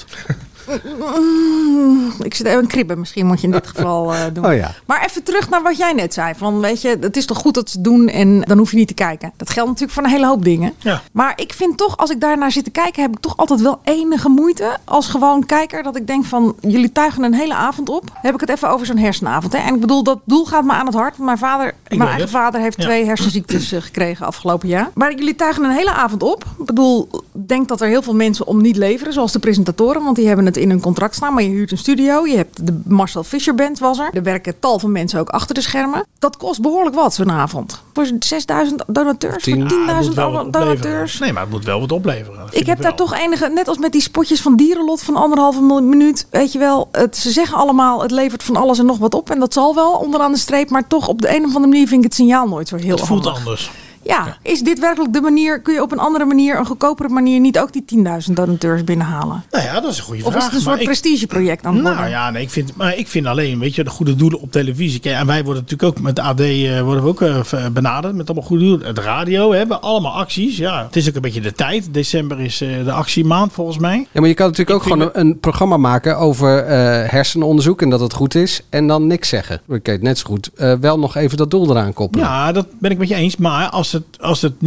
Ik zit even een kribben, misschien moet je in dit geval doen. Oh ja. Maar even terug naar wat jij net zei. Van, weet je, het is toch goed dat ze het doen en dan hoef je niet te kijken. Dat geldt natuurlijk voor een hele hoop dingen. Ja. Maar ik vind toch, als ik daarnaar zit te kijken, heb ik toch altijd wel enige moeite als gewoon kijker. Dat ik denk van, jullie tuigen een hele avond op. Dan heb ik het even over zo'n hersenavond. Hè? En ik bedoel, dat doel gaat me aan het hart. Want mijn eigen vader heeft 2 hersenziektes gekregen afgelopen jaar. Maar jullie tuigen een hele avond op. Ik bedoel, denk dat er heel veel mensen om niet leveren. Zoals de presentatoren, want die hebben het in hun contract staan. Maar je huurt een studio. Je hebt de Marcel Fischer Band was er. Er werken tal van mensen ook achter de schermen. Dat kost behoorlijk wat, zo'n avond. Voor 6.000 donateurs, voor 10.000 donateurs. Nee, maar het moet wel wat opleveren. Ik heb daar toch enige, net als met die spotjes van Dierenlot van 1,5 minuut. Weet je wel, ze zeggen allemaal, het levert van alles en nog wat op. En dat zal wel onderaan de streep. Maar toch op de een of andere manier vind ik het signaal nooit zo heel Het voelt handig. anders. Ja, is dit werkelijk de manier? Kun je op een andere manier, een goedkopere manier, niet ook die 10.000 donateurs binnenhalen? Nou ja, dat is een goede vraag. Of is het een soort prestigeproject aan het worden? Nou ja, nee, ik vind alleen, weet je, de goede doelen op televisie. Kijk, en wij worden natuurlijk ook met de AD worden we ook benaderd met allemaal goede doelen. Het radio hebben allemaal acties. Ja, het is ook een beetje de tijd. December is de actiemaand volgens mij. Ja, maar je kan natuurlijk ook gewoon een programma maken over hersenonderzoek en dat het goed is. En dan niks zeggen. Dan kan je het net zo goed wel nog even dat doel eraan koppelen. Ja, dat ben ik met je eens. Maar als het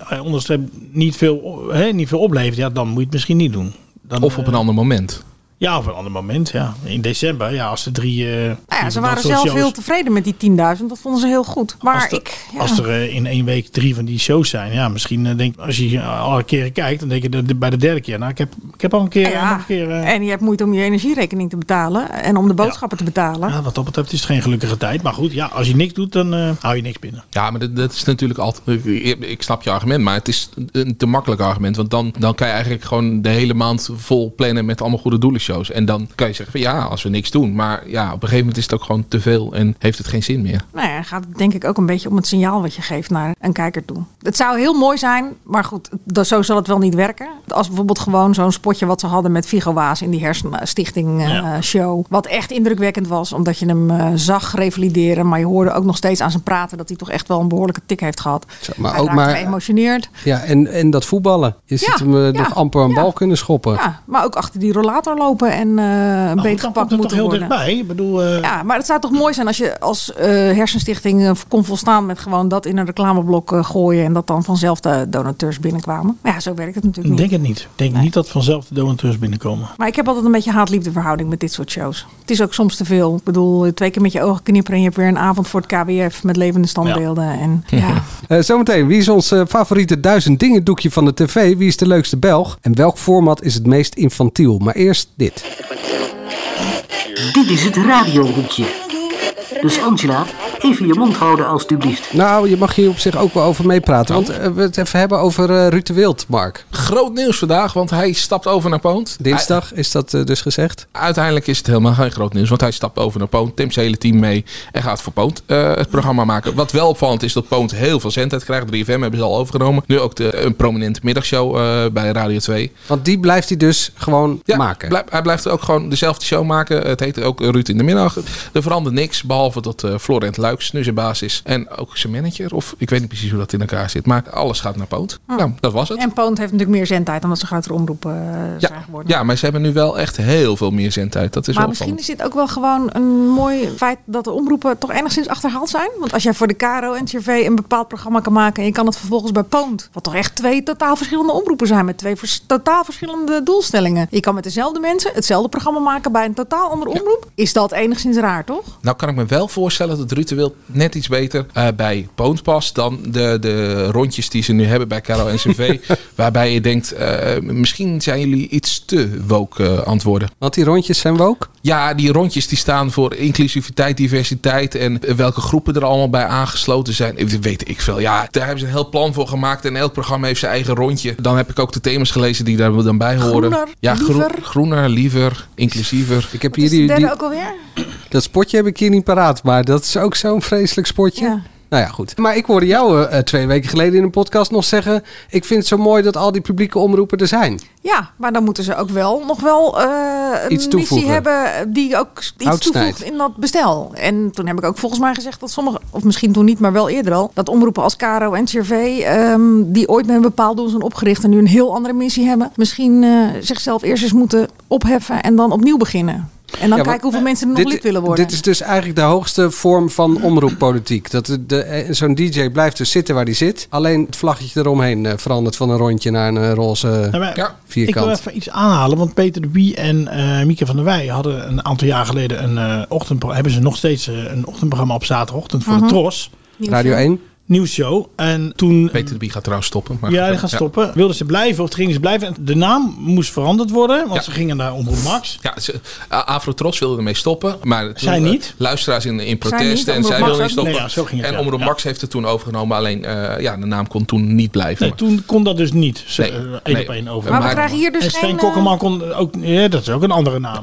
niet veel oplevert, ja, dan moet je het misschien niet doen. Dan, of op een ander moment. Ja, op een ander moment, ja. In december, ja, als de 3... ze waren zelf heel tevreden met die 10.000. Dat vonden ze heel goed. Maar als er in 1 week 3 van die shows zijn, ja, misschien denk als je alle keren kijkt, dan denk je bij de derde keer, nou, ik heb al een keer... En je hebt moeite om je energierekening te betalen en om de boodschappen te betalen. Ja, wat dat betreft is het geen gelukkige tijd. Maar goed, ja, als je niks doet, dan hou je niks binnen. Ja, maar dat is natuurlijk altijd... Ik snap je argument, maar het is een te makkelijk argument. Want dan kan je eigenlijk gewoon de hele maand vol plannen met allemaal goede doelen. En dan kan je zeggen van ja, als we niks doen. Maar ja, op een gegeven moment is het ook gewoon te veel en heeft het geen zin meer. Nou ja, gaat het denk ik ook een beetje om het signaal wat je geeft naar een kijker toe. Het zou heel mooi zijn, maar goed, zo zal het wel niet werken. Als bijvoorbeeld gewoon zo'n spotje wat ze hadden met Viggo Waas in die hersenstichting show. Wat echt indrukwekkend was, omdat je hem zag revalideren. Maar je hoorde ook nog steeds aan zijn praten dat hij toch echt wel een behoorlijke tik heeft gehad. Maar hij ook raakte maar geëmotioneerd. Ja, en dat voetballen. Je ziet hem nog amper een bal kunnen schoppen. Ja, maar ook achter die rollator lopen en een beter gepakt moeten toch heel worden. Dichtbij. Ik bedoel, Ja, maar het zou toch mooi zijn als je als hersenstichting kon volstaan met gewoon dat in een reclameblok gooien en dat dan vanzelf de donateurs binnenkwamen. Maar ja, zo werkt het natuurlijk niet. Ik denk het niet. Ik denk niet dat vanzelf de donateurs binnenkomen. Maar ik heb altijd een beetje haat-liefde verhouding met dit soort shows. Het is ook soms te veel. Ik bedoel, 2 keer met je ogen knipperen en je hebt weer een avond voor het KWF met levende standbeelden. Ja. En, ja. Zometeen, wie is ons favoriete 1000 dingen doekje van de tv? Wie is de leukste Belg? En welk format is het meest infantiel? Maar eerst dit. Dit is het radiohoekje. Dus Angela, even je mond houden alstublieft. Nou, je mag hier op zich ook wel over meepraten. Want we het even hebben over Ruud de Wild, Mark. Groot nieuws vandaag, want hij stapt over naar Poont. Dinsdag is dat dus gezegd? Uiteindelijk is het helemaal geen groot nieuws, want hij stapt over naar Poont. Neemt zijn hele team mee en gaat voor Poont het programma maken. Wat wel opvallend is dat Poont heel veel zendtijd krijgt. 3FM hebben ze al overgenomen. Nu ook een prominente middagshow bij Radio 2. Want die blijft hij dus gewoon maken? Hij blijft ook gewoon dezelfde show maken. Het heet ook Ruud in de middag. Er verandert niks, behalve dat Florent Luijks nu zijn baas is. En ook zijn manager. Of ik weet niet precies hoe dat in elkaar zit. Maar alles gaat naar Poont. Nou, dat was het. En Poont heeft natuurlijk meer zendtijd omdat ze grotere omroepen zijn geworden. Ja, maar ze hebben nu wel echt heel veel meer zendtijd. Dat is maar wel misschien is dit ook wel gewoon een mooi feit dat de omroepen toch enigszins achterhaald zijn. Want als jij voor de KRO en NCRV een bepaald programma kan maken en je kan het vervolgens bij Poont. Wat toch echt 2 totaal verschillende omroepen zijn met 2 totaal verschillende doelstellingen. Je kan met dezelfde mensen hetzelfde programma maken bij een totaal andere omroep. Is dat enigszins raar, toch? Nou kan ik me wel voorstellen dat Ruud de Wild net iets beter bij Poont past dan de rondjes die ze nu hebben bij KRO en NCRV. Waarbij je denkt, misschien zijn jullie iets te woke antwoorden. Want die rondjes zijn woke? Ja, die rondjes die staan voor inclusiviteit, diversiteit en welke groepen er allemaal bij aangesloten zijn. Weet ik veel. Ja, daar hebben ze een heel plan voor gemaakt en elk programma heeft zijn eigen rondje. Dan heb ik ook de thema's gelezen die daar dan bij horen. Groener, ja, liever. Groener, liever, inclusiever. Ik heb Wat is de derde ook alweer? Dat spotje heb ik hier niet paraat, maar dat is ook zo'n vreselijk spotje. Ja. Nou ja, goed. Maar ik hoorde jou 2 weken geleden in een podcast nog zeggen, ik vind het zo mooi dat al die publieke omroepen er zijn. Ja, maar dan moeten ze ook nog wel een missie hebben die ook iets toevoegt in dat bestel. En toen heb ik ook volgens mij gezegd dat sommige, of misschien toen niet, maar wel eerder al, dat omroepen als KRO en NCRV, die ooit met een bepaald doel zijn opgericht en nu een heel andere missie hebben, misschien zichzelf eerst eens moeten opheffen en dan opnieuw beginnen. En dan kijken hoeveel mensen er nog lid willen worden. Dit is dus eigenlijk de hoogste vorm van omroeppolitiek. Dat zo'n DJ blijft dus zitten waar hij zit. Alleen het vlaggetje eromheen verandert van een rondje naar een roze vierkant. Ik wil even iets aanhalen. Want Peter de Wie en Mieke van der Wij hadden een aantal jaar geleden een ochtendprogramma. Hebben ze nog steeds een ochtendprogramma op zaterdagochtend voor de TROS. Radio 1. Nieuwsshow. En toen... Peter de Bie gaat trouwens stoppen. Maar ja, die gaat stoppen. Wilden ze blijven of gingen ze blijven? En de naam moest veranderd worden, want ze gingen naar Omroep Max. Ja, Afro-Tros wilde ermee stoppen. Maar zij niet. Luisteraars in protest en zij wilden niet stoppen. Nee, zo ging het, en Omroep Max heeft het toen overgenomen. Alleen de naam kon toen niet blijven. Nee, toen kon dat dus niet. 1 op 1 over. Maar we krijgen hier dus en Sven geen... Kokkelman kon ook... Ja, dat is ook een andere naam.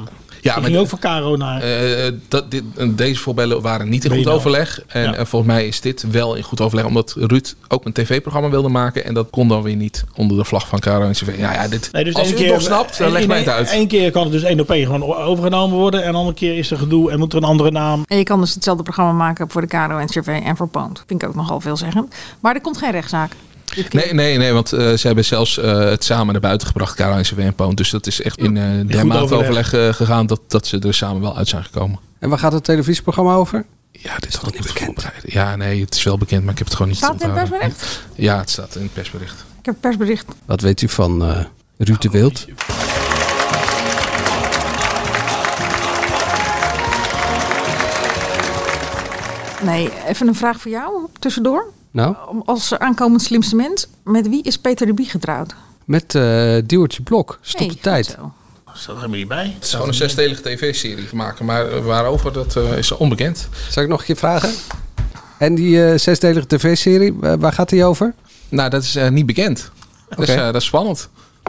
Ja, Die ging ook van Caro naar... Deze voorbeelden waren niet in goed overleg. En volgens mij is dit wel in goed overleg. Omdat Ruud ook een tv-programma wilde maken. En dat kon dan weer niet onder de vlag van Caro en CV. Dus als u het nog snapt, dan leg mij het uit. Eén keer kan het dus 1 op 1 gewoon overgenomen worden. En een andere keer is er gedoe en moet er een andere naam. En je kan dus hetzelfde programma maken voor de Caro en CV en voor Poont. Vind ik ook nogal veelzeggend. Maar er komt geen rechtszaak. Nee, want ze hebben zelfs het samen naar buiten gebracht, Caro en CV en Poont. Dus dat is echt in dermate overleg gegaan dat ze er samen wel uit zijn gekomen. En waar gaat het televisieprogramma over? Ja, dit is nog niet bekend. Ja, nee, het is wel bekend, maar ik heb het gewoon niet Staat het in het onthouden. persbericht? Ja, het staat in het persbericht. Ik heb het persbericht. Wat weet u van Ruud de Wild? Nee, even een vraag voor jou tussendoor. Nou? Als aankomend slimste mens, met wie is Peter de Bie getrouwd? Met Diewertje Blok. Stop de tijd. Staat er helemaal niet bij. Het is gewoon een 6-delige tv-serie gemaakt, maar waarover, dat is onbekend. Zal ik nog een keer vragen? En die 6-delige tv-serie, waar gaat die over? Nou, dat is niet bekend. Dus dat is spannend.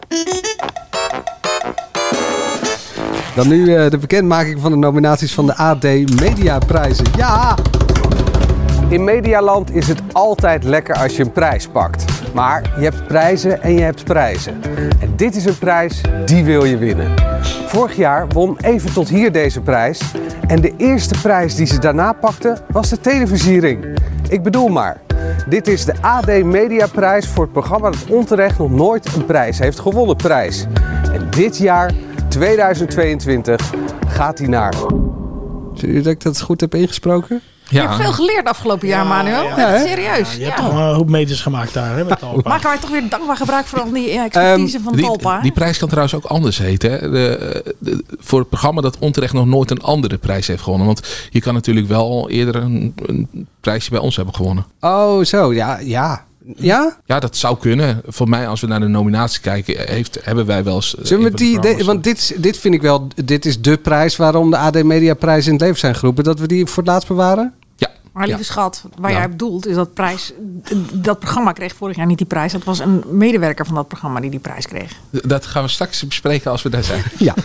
Dan nu de bekendmaking van de nominaties van de AD Mediaprijzen. Ja! In Medialand is het altijd lekker als je een prijs pakt. Maar je hebt prijzen en je hebt prijzen. En dit is een prijs, die wil je winnen. Vorig jaar won Even Tot Hier deze prijs. En de eerste prijs die ze daarna pakte was de televisiering. Ik bedoel maar, dit is de AD Mediaprijs voor het programma dat onterecht nog nooit een prijs heeft gewonnen prijs. En dit jaar, 2022, gaat die naar... Zie je dat ik dat goed heb ingesproken? Je hebt veel geleerd afgelopen jaar, Manuel. Echt serieus. Je hebt toch een hoop meters gemaakt daar. Hè, met Talpa. Maken wij toch weer dankbaar gebruik van die expertise van Talpa. Die prijs kan trouwens ook anders heten. Hè? Voor het programma dat onterecht nog nooit een andere prijs heeft gewonnen. Want je kan natuurlijk wel al eerder een prijsje bij ons hebben gewonnen. Oh, zo. Ja. Ja? Ja, dat zou kunnen. Voor mij, als we naar de nominatie kijken, hebben wij wel eens... Zullen we want dit vind ik wel... Dit is de prijs waarom de AD Mediaprijs in het leven zijn geroepen. Dat we die voor het laatst bewaren? Ja. Maar lieve schat, waar jij bedoelt is dat programma kreeg vorig jaar niet die prijs. Dat was een medewerker van dat programma die prijs kreeg. Dat gaan we straks bespreken als we daar zijn. Ja.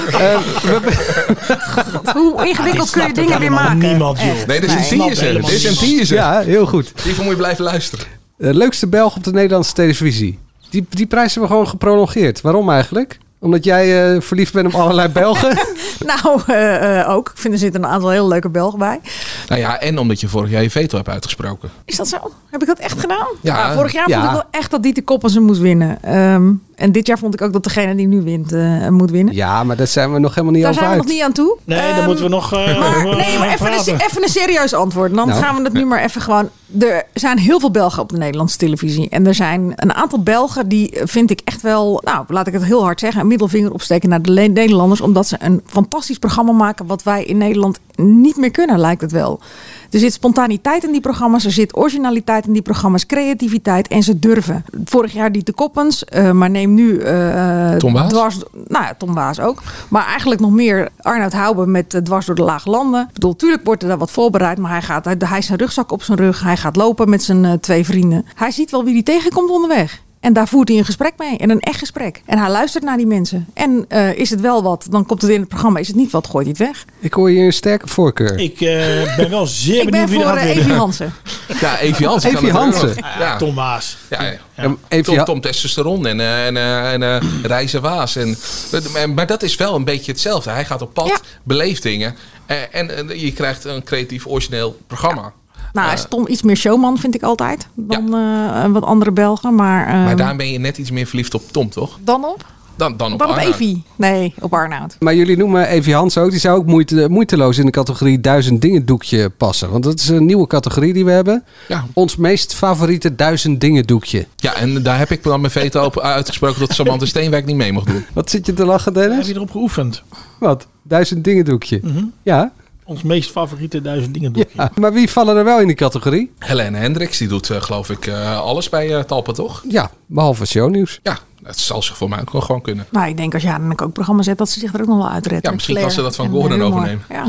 Hoe ingewikkeld kun je dingen weer maken? Niemand, joh. Nee, dit is een teaser. Dit is een teaser. Ja, heel goed. Hiervoor moet je blijven luisteren. Leukste Belg op de Nederlandse televisie. Die prijs hebben we gewoon geprolongeerd. Waarom eigenlijk? Omdat jij verliefd bent op allerlei Belgen? Ook. Ik vind er zitten een aantal hele leuke Belgen bij. Nou ja, en omdat je vorig jaar je veto hebt uitgesproken. Is dat zo? Heb ik dat echt gedaan? Ja. Vorig jaar vond ik wel echt dat Dieter Koppensen moest winnen. En dit jaar vond ik ook dat degene die nu wint moet winnen. Ja, maar daar zijn we nog helemaal niet daar over uit. uit. Daar zijn we nog niet aan toe. Nee, dan moeten we nog maar even een serieus antwoord. Dan gaan we het nu maar even gewoon... Er zijn heel veel Belgen op de Nederlandse televisie. En er zijn een aantal Belgen die vind ik echt wel... Nou, laat ik het heel hard zeggen. Een middelvinger opsteken naar de Nederlanders. Omdat ze een fantastisch programma maken... wat wij in Nederland niet meer kunnen, lijkt het wel. Er zit spontaniteit in die programma's. Er zit originaliteit in die programma's. Creativiteit. En ze durven. Vorig jaar Dieter Koppens. Maar neem nu... Tom Waas? Tom Waas ook. Maar eigenlijk nog meer Arnoud Houben met Dwars door de Lage Landen. Ik bedoel, tuurlijk wordt er daar wat voorbereid. Maar hij heeft zijn rugzak op zijn rug. Hij gaat lopen met zijn 2 vrienden. Hij ziet wel wie hij tegenkomt onderweg. En daar voert hij een gesprek mee. En een echt gesprek. En hij luistert naar die mensen. En is het wel wat, dan komt het in het programma. Is het niet wat, gooit hij het weg. Ik hoor hier een sterke voorkeur. Ik ben wel zeer benieuwd wie er gaat winnen. Ik ben voor Evie Hansen. Ja, Evie Hansen. Evie Hansen. Ja. Tom Waas. Ja. Tom Testosteron en Reizen Waas. Maar dat is wel een beetje hetzelfde. Hij gaat op pad, beleeft dingen. En je krijgt een creatief, origineel programma. Nou, hij is Tom iets meer showman, vind ik altijd. Dan wat andere Belgen. Maar daar ben je net iets meer verliefd op Tom, toch? Dan op? Dan op Arnoud. Evie? Nee, op Arnoud. Maar jullie noemen Evie Hansen ook. Die zou ook moeiteloos in de categorie 1000 dingen doekje passen. Want dat is een nieuwe categorie die we hebben. Ja. Ons meest favoriete 1000 dingen doekje. Ja, en daar heb ik dan mijn veto op uitgesproken dat Samantha Steenwijk niet mee mocht doen. Wat zit je te lachen, Dennis? Heb je erop geoefend? Wat? 1000 dingen doekje? Ja. Ons meest favoriete 1000 dingen doekje. Ja, maar wie vallen er wel in die categorie? Helene Hendricks, die doet geloof ik alles bij Talpa, toch? Ja, behalve shownieuws. Ja, Dat zal ze voor mij ook nog gewoon kunnen. Nou, ik denk als Jan een kookprogramma zet, dat ze zich er ook nog wel uitredt. Ja, misschien kan ze dat van Gordon overnemen. Ja.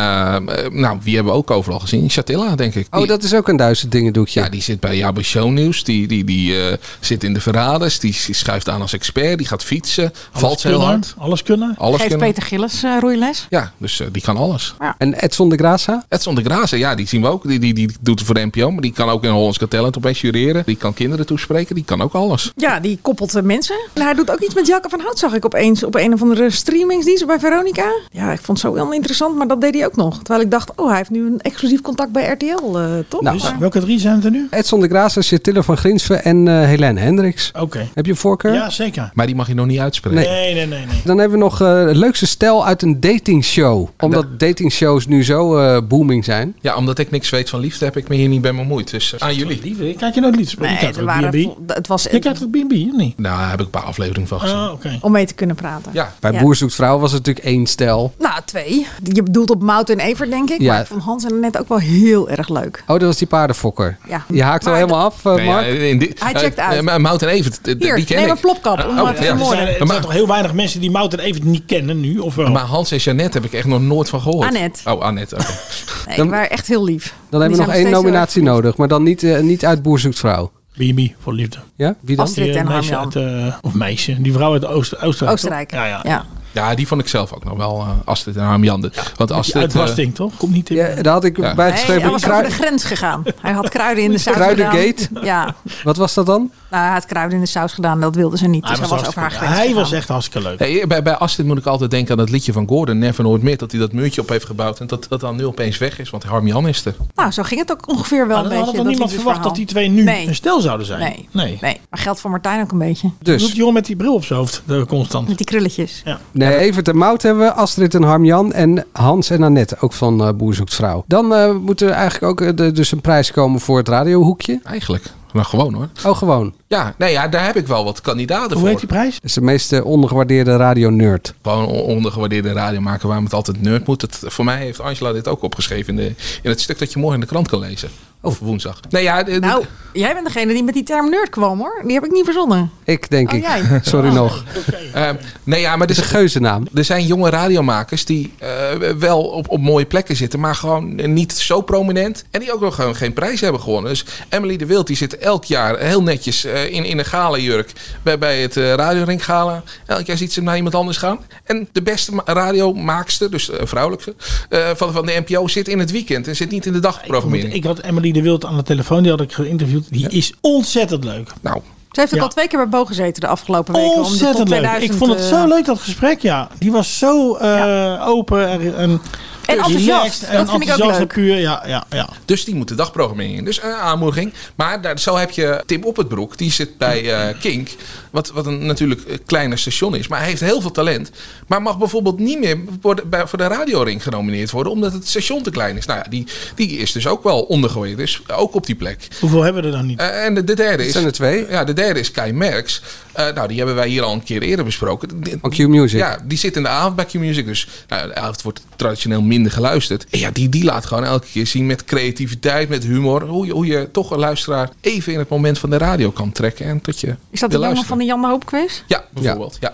En wie hebben we ook overal gezien? Chatilla, denk ik. Dat is ook een 1000 dingen doekje. Ja, die zit bij Shownieuws. Die zit in de verraders. Die schuift aan als expert. Die gaat fietsen. Valt ze heel hard. Alles kunnen. Geeft Peter Gillis roeiles. Ja, dus die kan alles. Ja. En Edson de Graça? Edson de Graça, ja, die zien we ook. Die doet het voor de NPO. Maar die kan ook in Hollands Got Talent opeens jureren. Die kan kinderen toespreken. Die kan ook alles. Ja, die koppelt mensen. En hij doet ook iets met Jacke van Hout, zag ik opeens op een of andere streamingsdienst bij Veronica. Ja, ik vond het zo heel interessant, maar dat deed hij ook nog. Terwijl ik dacht, hij heeft nu een exclusief contact bij RTL, toch? Nou, Dus welke 3 zijn er nu? Edson de Graça, Chatilla van Grinsven en Helene Hendricks. Oké. Heb je een voorkeur? Ja, zeker. Maar die mag je nog niet uitspreken. Nee. Dan hebben we nog het leukste stel uit een datingshow. Omdat datingshows nu zo booming zijn. Ja, omdat ik niks weet van liefde, heb ik me hier niet bij bemoeid. Dus aan jullie. Liefde? Kijk je nooit liefde? Nee, Je kijkt ook B&B, of niet? Nou, daar heb ik een paar afleveringen van gezien. Oké. Om mee te kunnen praten. Ja. Bij Boer zoekt vrouw was het natuurlijk 1 stel. Nou, 2. Je bedoelt op Mout en Evert, denk ik. Ja. Maar ik vond Hans en net ook wel heel erg leuk. Oh, dat was die paardenfokker. Ja. Je haakt al helemaal af, Mark? Hij checkt uit. Mout en Evert, die ken ik. Neem een plopkap om te vermoorden. Er zijn toch heel weinig mensen die Mout en Evert niet kennen nu, of wel? Maar Hans en Jeannette heb ik echt nog nooit van gehoord. Annette. Oh, Annette, oké. Nee, die waren echt heel lief. Dan hebben we nog 1 nominatie nodig, maar dan niet uit Boer zoekt vrouw. B&B voor liefde. Ja? Wie dan? Astrid en Harmjan. Of meisje. Die vrouw uit Oostenrijk. Oostenrijk. Ja. Ja, die vond ik zelf ook nog wel Astrid en Harmjan. Want Astrid... Uitwasting, toch? Komt niet in. Ja, daar had ik bij geschreven. Hij was over de grens gegaan. Hij had kruiden in de saus gedaan. Kruidengate? Ja. Wat was dat dan? Nou, hij had kruiden in de saus gedaan. Dat wilde ze niet. Dus hij was over haar grens Hij was echt hartstikke leuk. Hey, bij Astrid moet ik altijd denken aan dat liedje van Gordon, Never Nooit Meer, dat hij dat muurtje op heeft gebouwd en dat dan nu opeens weg is, want Harmjan is er. Nou, zo ging het ook ongeveer wel een beetje. Had er niemand verwacht dat die twee nu een stel zouden zijn? Nee. Maar geldt voor Martijn ook een beetje. Dus. Die jongen met die bril op zijn hoofd, constant. Met die krulletjes. Ja. Nee, Evert en Mout hebben we, Astrid en Harmjan en Hans en Annette, ook van Boer zoekt vrouw. Dan moet er eigenlijk ook dus een prijs komen voor het radiohoekje. Eigenlijk. Nou, gewoon hoor. Oh, gewoon. Ja, daar heb ik wel wat kandidaten voor. Hoe heet die prijs? Dat is de meest ondergewaardeerde radio-nerd. Gewoon ondergewaardeerde radiomaker waarom het altijd nerd moet. Voor mij heeft Angela dit ook opgeschreven in het stuk dat je morgen in de krant kan lezen. Of woensdag. Nee, nou, jij bent degene die met die term nerd kwam, hoor. Die heb ik niet verzonnen. Ik, denk ik. Jij. Sorry nog. Maar het is een geuzennaam. Er zijn jonge radiomakers die wel op mooie plekken zitten, maar gewoon niet zo prominent. En die ook nog gewoon geen prijs hebben gewonnen. Dus Emily de Wild, die zit elk jaar heel netjes in een galenjurk bij het Radioring Gala. Elk jaar ziet ze naar iemand anders gaan. En de beste radiomaakster, dus vrouwelijke, van de NPO zit in het weekend en zit niet in de dagprogrammering. Ik had Emily de Wild aan de telefoon, die had ik geïnterviewd. Die is ontzettend leuk. Nou. Ze heeft ook al 2 keer bij Bo gezeten de afgelopen weken. Ontzettend om de top leuk. 2000, Ik vond het zo leuk, dat gesprek. Ja, die was zo open en enthousiast. En dat vind ik ook leuk. Puur, ja. Dus die moet de dagprogrammering in. Dus aanmoediging. Maar zo heb je Tim Oppertbroek. Die zit bij Kink. Wat een natuurlijk kleiner station is. Maar hij heeft heel veel talent. Maar mag bijvoorbeeld niet meer voor de Radioring genomineerd worden. Omdat het station te klein is. Nou ja, die is dus ook wel ondergooid. Dus ook op die plek. Hoeveel hebben we er dan niet? En de derde is... zijn er 2. Ja, de derde is Kai Merks. Die hebben wij hier al een keer eerder besproken. Van Q-Music. Ja, die zit in de avond bij Q-Music. Dus de avond wordt traditioneel minder geluisterd. En ja, die laat gewoon elke keer zien met creativiteit, met humor. Hoe je toch een luisteraar even in het moment van de radio kan trekken. En tot je is dat de jongen van de Jan de Hoop quiz? Ja, bijvoorbeeld. Ja.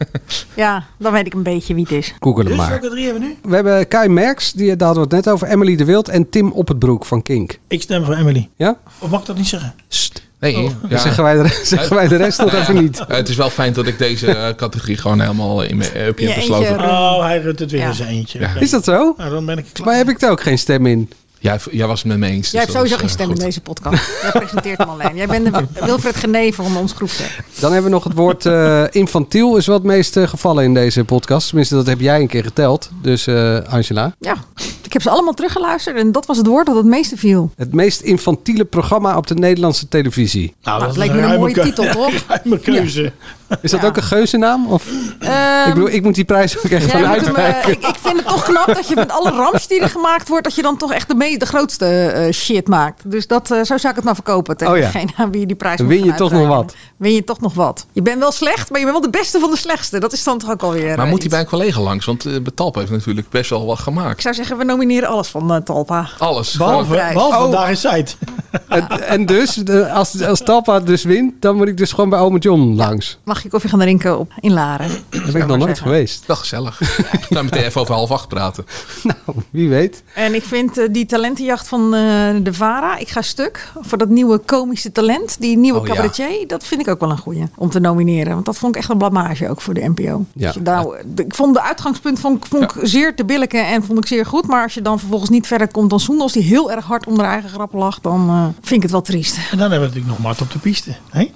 Ja, dan weet ik een beetje wie het is. Google hem Dus maar. welke 3 hebben we nu? We hebben Kai Merks, daar hadden we het net over. Emily de Wild en Tim Oppertbroek van Kink. Ik stem voor Emily. Ja? Of mag ik dat niet zeggen? Nee, ja. Zeggen wij de rest nog even niet. Het is wel fijn dat ik deze categorie gewoon helemaal in mijn heb besloten. Hij runt het weer in zijn eentje. Ja. Is dat zo? Nou, dan ben ik klaar. Maar heb ik er ook geen stem in? Jij was het met me eens. Jij hebt sowieso geen stem in deze podcast. Jij presenteert hem alleen. Jij bent de Wilfred Geneven van ons groepje. Dan hebben we nog het woord infantiel is wat het meest gevallen in deze podcast. Tenminste, dat heb jij een keer geteld. Dus Angela. Ja, ik heb ze allemaal teruggeluisterd en dat was het woord dat het meeste viel. Het meest infantiele programma op de Nederlandse televisie. Nou, dat leek me een mooie titel, toch? Mijn keuze. Ja. Is dat ook een geuzennaam? Of? Ik bedoel, ik moet die prijs ook echt gaan uitwerken. Ik vind het toch knap dat je met alle ramps die er gemaakt wordt, dat je dan toch echt de grootste shit maakt. Dus zo zou ik het maar verkopen tegen degene aan wie je die prijs moet win je toch nog wat. Win je toch nog wat. Je bent wel slecht, maar je bent wel de beste van de slechtste. Dat is dan toch ook alweer. Maar moet hij bij een collega langs? Want Betalp heeft natuurlijk best wel wat gemaakt. Ik zou zeggen, we nomineren nomineren alles van Talpa. Alles. Behalve Vandaag in Zuid. En dus, als Talpa dus wint, dan moet ik dus gewoon bij Ome John langs. Mag je koffie gaan drinken in Laren? Daar ben ik nog nooit geweest. Wel gezellig. We gaan meteen even over 7:30 praten. Nou, wie weet. En ik vind die talentenjacht van de VARA, ik ga stuk. Voor dat nieuwe komische talent, die nieuwe cabaretier. Dat vind ik ook wel een goeie om te nomineren. Want dat vond ik echt een blamage ook voor de NPO. Ja. Ik vond de uitgangspunt vond ik zeer te billijken en vond ik zeer goed. Maar als je dan vervolgens niet verder komt dan Soendels, die heel erg hard om haar eigen grappen lacht, dan vind ik het wel triest. En dan hebben we natuurlijk nog Mart op de piste. Hè?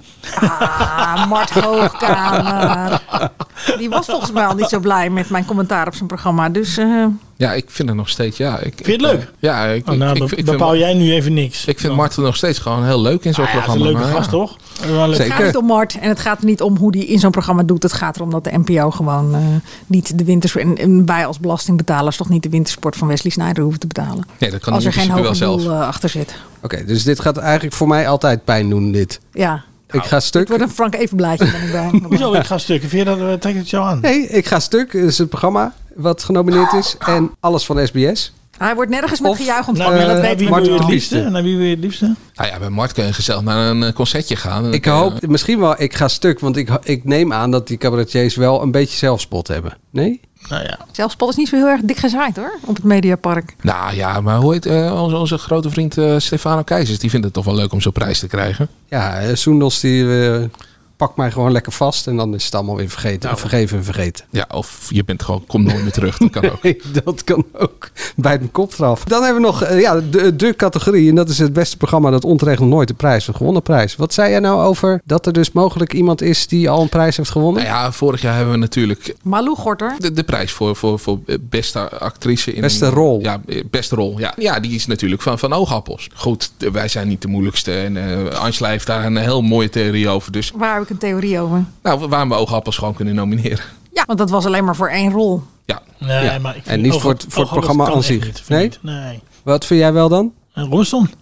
Mart Hoogkamer. Die was volgens mij al niet zo blij met mijn commentaar op zijn programma. Dus... Ja, ik vind het nog steeds... vind je het leuk? Ja. Ik bepaal jij nu even niks. Ik vind Mart nog steeds gewoon heel leuk in zo'n programma. Het is een leuke gast, toch? Het gaat niet om Mart en het gaat er niet om hoe die in zo'n programma doet. Het gaat erom dat de NPO gewoon niet de wintersport... En wij als belastingbetalers toch niet de wintersport van Wesley Sneijder hoeven te betalen. Nee, dat kan als er geen hoger doel doel achter zit. Oké, dus dit gaat eigenlijk voor mij altijd pijn doen, dit. Ja. Ik ga stuk. Het wordt een Frank Evenblaadje, ben ik bij. Hoezo, ik ga stuk? Vind je dat, trekt het jou aan? Nee, ik ga stuk. Het is het programma wat genomineerd is. En alles van SBS. Hij wordt nergens met gejuich ontvangen. Dat weet Mart op de piste. En naar wie wil je het liefste? Nou ja, bij Mart kun je gezellig naar een concertje gaan. Ik hoop, misschien wel, ik ga stuk. Want ik neem aan dat die cabaretiers wel een beetje zelfspot hebben. Nee? Nou ja. Zelfspot is niet zo heel erg dik gezaaid hoor, op het Mediapark. Nou ja, maar hoe heet onze grote vriend Stefano Keizers? Die vindt het toch wel leuk om zo'n prijs te krijgen. Ja, Soendels die pakt mij gewoon lekker vast en dan is het allemaal weer vergeten. Nou, vergeven en vergeten. Ja, of je bent gewoon, kom nooit meer terug. Dat kan ook. Nee, dat kan ook. Bijt mijn kop eraf. Dan hebben we nog de categorie. En dat is het beste programma dat onterecht nog nooit de prijs een gewonnen prijs. Wat zei jij nou over dat er dus mogelijk iemand is die al een prijs heeft gewonnen? Nou ja, vorig jaar hebben we natuurlijk Malou Gorter. De prijs voor beste actrice. Beste rol. Ja, beste rol. Ja, die is natuurlijk van Oogappels. Goed, wij zijn niet de moeilijkste. En Angela heeft daar een heel mooie theorie over. Dus waar heb ik een theorie over? Nou, waarom we Oogappels gewoon kunnen nomineren. Ja, want dat was alleen maar voor 1 rol. Ja. Nee, maar ik vind en niet voor het programma aan zich. Nee? Wat vind jij wel dan? Robinson.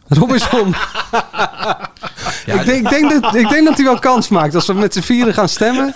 Ja, ik denk dat hij wel kans maakt als we met z'n vieren gaan stemmen.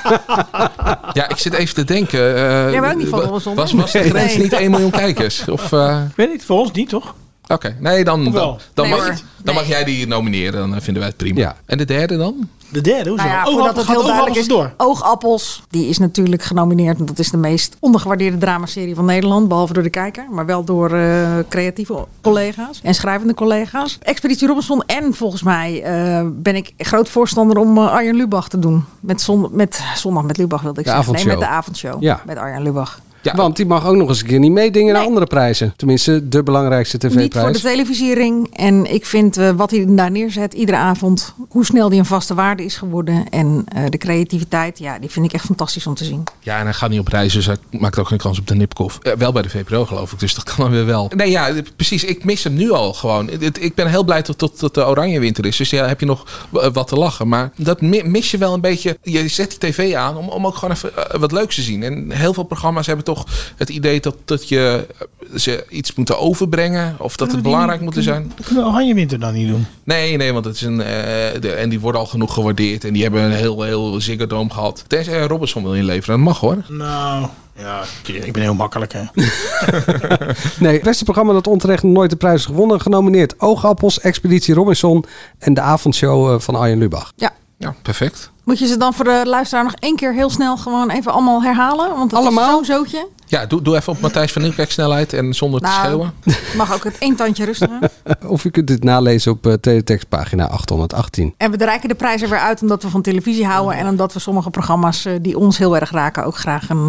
Ja, ik zit even te denken. Jij bent ook niet van Robinson. Was de grens niet 1 miljoen kijkers? Of, Ik weet niet, voor ons niet toch? Oké, nee, dan mag jij die nomineren. Dan vinden wij het prima. Ja. En de derde dan? De derde, hoezo? Nou ja, voordat het heel duidelijk is, Oogappels, die is natuurlijk genomineerd. Want dat is de meest ondergewaardeerde dramaserie van Nederland. Behalve door de kijker, maar wel door creatieve collega's en schrijvende collega's. Expeditie Robinson en volgens mij ben ik groot voorstander om Arjen Lubach te doen. Met Zondag met Lubach wilde ik zeggen. Nee, met de avondshow. Ja. Met Arjen Lubach. Ja, want die mag ook nog eens een keer niet meedingen naar andere prijzen. Tenminste, de belangrijkste tv-prijs. Niet voor de televisiering. En ik vind wat hij daar neerzet iedere avond, hoe snel die een vaste waarde is geworden. En de creativiteit, ja, die vind ik echt fantastisch om te zien. Ja, en hij gaat niet op reis, dus hij maakt ook geen kans op de Nipkoff. Wel bij de VPRO geloof ik, dus dat kan dan weer wel. Nee, ja, precies. Ik mis hem nu al gewoon. Ik ben heel blij tot de oranje winter is. Dus ja, heb je nog wat te lachen. Maar dat mis je wel een beetje. Je zet die tv aan om ook gewoon even wat leuks te zien. En heel veel programma's hebben toch het idee dat ze iets moeten overbrengen. Of dat het belangrijk moet zijn. Kunnen we Oranje Winter dan niet doen? Nee, want het is en die worden al genoeg gewaardeerd. En die hebben een heel Ziggo Dome gehad. Tenzij Robinson wil inleveren. Dat mag hoor. Nou, ja, ik ben heel makkelijk hè. Nee, het beste programma dat onterecht nooit de prijs gewonnen. Genomineerd Oogappels, Expeditie Robinson en de avondshow van Arjen Lubach. Ja, perfect. Moet je ze dan voor de luisteraar nog 1 keer heel snel gewoon even allemaal herhalen? Want het is zo'n zootje. Ja, doe even op Matthijs van Nieuwkerk snelheid en zonder te schreeuwen. Mag ook het 1 tandje rustiger. Of je kunt dit nalezen op teletextpagina 818. En we reiken de prijs er weer uit omdat we van televisie houden. En omdat we sommige programma's die ons heel erg raken ook graag een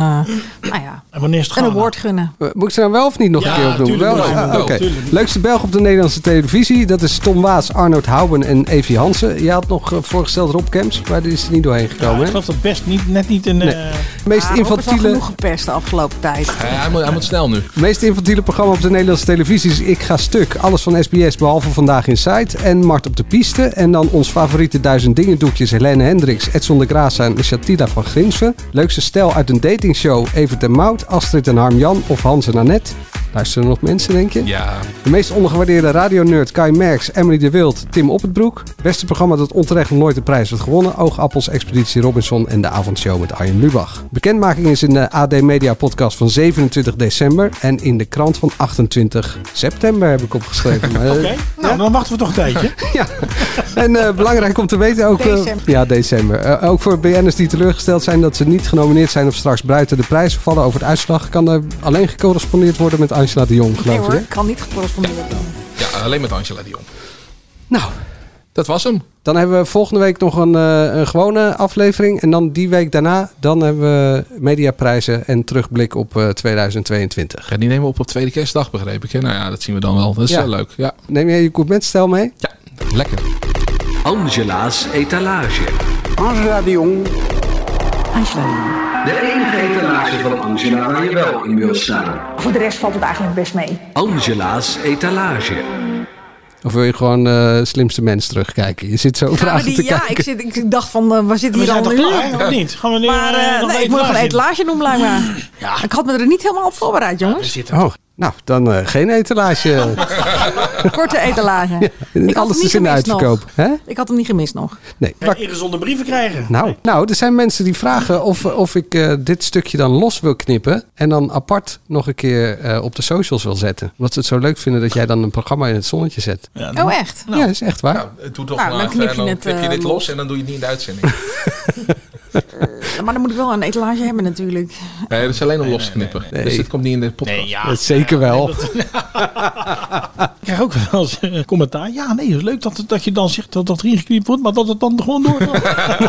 award gunnen. Moet ik ze nou wel of niet nog een keer opdoen? Tuurlijk. Leukste Belg op de Nederlandse televisie. Dat is Tom Waas, Arnoud Houben en Evie Hansen. Je had nog voorgesteld Rob Kemps, maar die is er niet doorheen gekomen. Ja, ik geloof dat best net niet een... meest infantiele... Rob is al genoeg gepest de afgelopen tijd. Hij moet snel nu. Het meest infantiele programma op de Nederlandse televisie is Ik Ga Stuk. Alles van SBS behalve Vandaag in Zuid en Mart op de Piste. En dan ons favoriete 1000 dingen doekjes Helene Hendricks, Edson de Graça en Shatila van Grinsven. Leukste stel uit een datingshow Evert en Mout, Astrid en Harm Jan of Hans en Annette. Luisteren er nog mensen, denk je? Ja. De meest ondergewaardeerde radionerd Kai Merks, Emily de Wild, Tim Oppenbroek. Beste programma dat onterecht nog nooit de prijs werd gewonnen. Oogappels, Expeditie Robinson en de avondshow met Arjen Lubach. Bekendmaking is in de AD Media podcast van 27 december. En in de krant van 28 september heb ik opgeschreven. Oké, nou dan wachten we toch een tijdje. Ja. En belangrijk om te weten ook... december. Ook voor BN'ers die teleurgesteld zijn dat ze niet genomineerd zijn of straks buiten de prijzen vallen over het uitslag, kan er alleen gecorrespondeerd worden met Angela de Jong, geloof je? Ik kan niet gecorrespondeerd worden. Ja, alleen met Angela de Jong. Nou, dat was hem. Dan hebben we volgende week nog een gewone aflevering. En dan die week daarna, dan hebben we mediaprijzen en terugblik op 2022. Ja, die nemen we op tweede kerstdag, begreep ik. Hè? Nou ja, dat zien we dan wel. Dat is leuk. Ja. Neem jij je gourmetstel mee? Ja, lekker. Angela's etalage. Angela de Jong. Angela de Jong. De enige etalage van Angela waar je wel in wil staan. Voor de rest valt het eigenlijk best mee. Angela's etalage. Of wil je gewoon slimste mens terugkijken? Je zit zo vragen te kijken. Ik dacht van, waar zit hier al nu? Of niet? Gaan we nu ik moet nog een etalage doen blijkbaar. Ja. Ik had me er niet helemaal op voorbereid, jongens. Nou, dan geen etalage. Korte etalage. Ja, alles is in de uitverkoop. Ik had hem niet gemist nog. Nee. Ingezonde brieven krijgen. Nou, er zijn mensen die vragen of ik dit stukje dan los wil knippen en dan apart nog een keer op de socials wil zetten. Omdat ze het zo leuk vinden dat jij dan een programma in het zonnetje zet. Ja, echt? Ja, dat is echt waar. Nou, doe toch maar even, en dan knip je dit los en dan doe je het niet in de uitzending. Maar dan moet ik wel een etalage hebben natuurlijk. Nee, dat is alleen om los te knippen. Nee. Dus het komt niet in de podcast. Nee, ja. Dat zeker wel. Ik krijg ook wel eens commentaar. Ja, nee, het is leuk dat je dan zegt dat erin geknipt wordt, maar dat het dan gewoon doorgaat.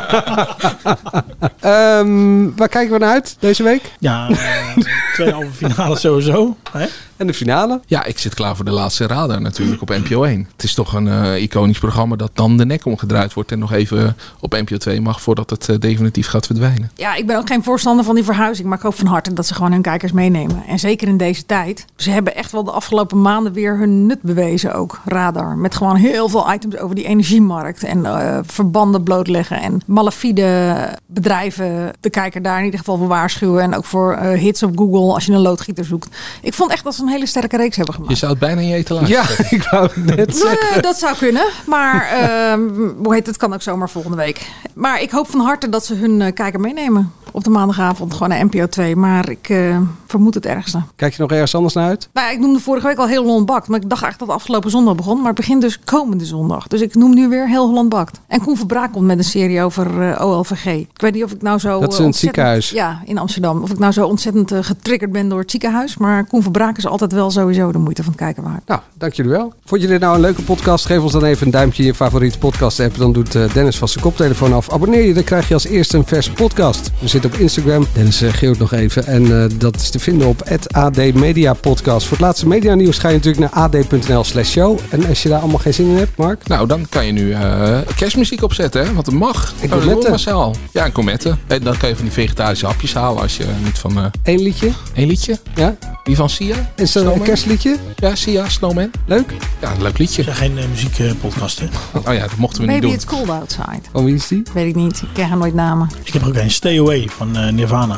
Waar kijken we naar uit deze week? Ja, 2 halve finales sowieso. Hè? En de finale? Ja, ik zit klaar voor de laatste radar natuurlijk op NPO 1. Het is toch een iconisch programma dat dan de nek omgedraaid wordt en nog even op NPO 2 mag voordat het definitief gaat verdwijnen. Ja, ik ben ook geen voorstander van die verhuizing, maar ik hoop van harte dat ze gewoon hun kijkers meenemen. En zeker in deze tijd. Ze hebben echt wel de afgelopen maanden weer hun nut bewezen ook, radar. Met gewoon heel veel items over die energiemarkt en verbanden blootleggen en malafide bedrijven de kijker daar in ieder geval voor waarschuwen. En ook voor hits op Google als je een loodgieter zoekt. Ik vond echt dat ze een hele sterke reeks hebben gemaakt. Je zou het bijna in je etalage zetten. Ik wou het net zeggen. Dat zou kunnen, maar het kan ook zomaar volgende week. Maar ik hoop van harte dat ze hun kijker meenemen op de maandagavond gewoon naar NPO 2. Maar ik vermoed het ergste. Kijk je nog ergens anders naar uit? Nou, ik noemde vorige week al Heel Holland Bakt. Maar ik dacht eigenlijk dat het afgelopen zondag begon. Maar het begint dus komende zondag. Dus ik noem nu weer Heel Holland Bakt. En Koen Verbraak komt met een serie over OLVG. Ik weet niet of ik nou zo... Dat is een ziekenhuis. Ja, in Amsterdam. Of ik nou zo ontzettend getriggerd ben door het ziekenhuis. Maar Koen Verbraak is altijd wel sowieso de moeite van het kijken waard. Nou, dank jullie wel. Vond je dit nou een leuke podcast? Geef ons dan even een duimpje in je favoriete podcast app. Dan doet Dennis van zijn koptelefoon af. Abonneer je, dan krijg je als eerste een verse podcast. We zitten op Instagram. Dennis geeuwt nog even. En dat is te vinden op @AD Media Podcast. Voor het laatste media nieuws ga je natuurlijk naar ad.nl/show. En als je daar allemaal geen zin in hebt, Mark? Nou, dan kan je nu kerstmuziek opzetten, hè? Want het mag. En Cometten. Massaal. Ja, en Cometten. En dan kan je van die vegetarische hapjes halen als je niet van... Eén liedje? Eén liedje? Ja. Die van Sia? Is dat een kerstliedje? Ja, Sia, Snowman. Leuk? Ja, een leuk liedje. Dat is geen muziekpodcast, hè? Oh ja, dat mochten we niet Maybe doen. It's Cold Outside. Van wie is die? Weet ik niet. Ik krijg nooit namen. Ik heb er ook een Stay Away van Nirvana.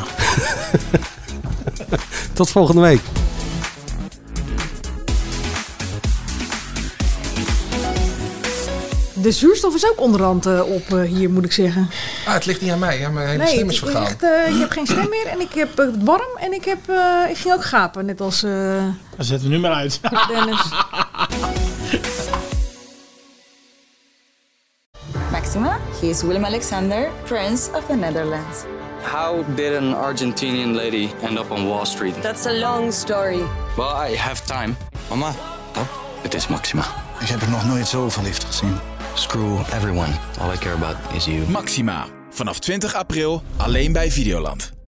Tot volgende week. De zuurstof is ook onderhand op hier, moet ik zeggen. Ah, het ligt niet aan mij. Ja, mijn hele stem is vergaan. Echt, ik heb geen stem meer en ik heb het warm en ik ging ook gapen, net als Dan zetten we nu maar uit. Dennis. Maxima, he is Willem Alexander, Prince of the Netherlands. How did an Argentinian lady end up on Wall Street? That's a long story. Well, I have time. Mama, Het is Maxima. ik heb er nog nooit zo verliefd gezien. Screw everyone. All I care about is you. Maxima. Vanaf 20 april alleen bij Videoland.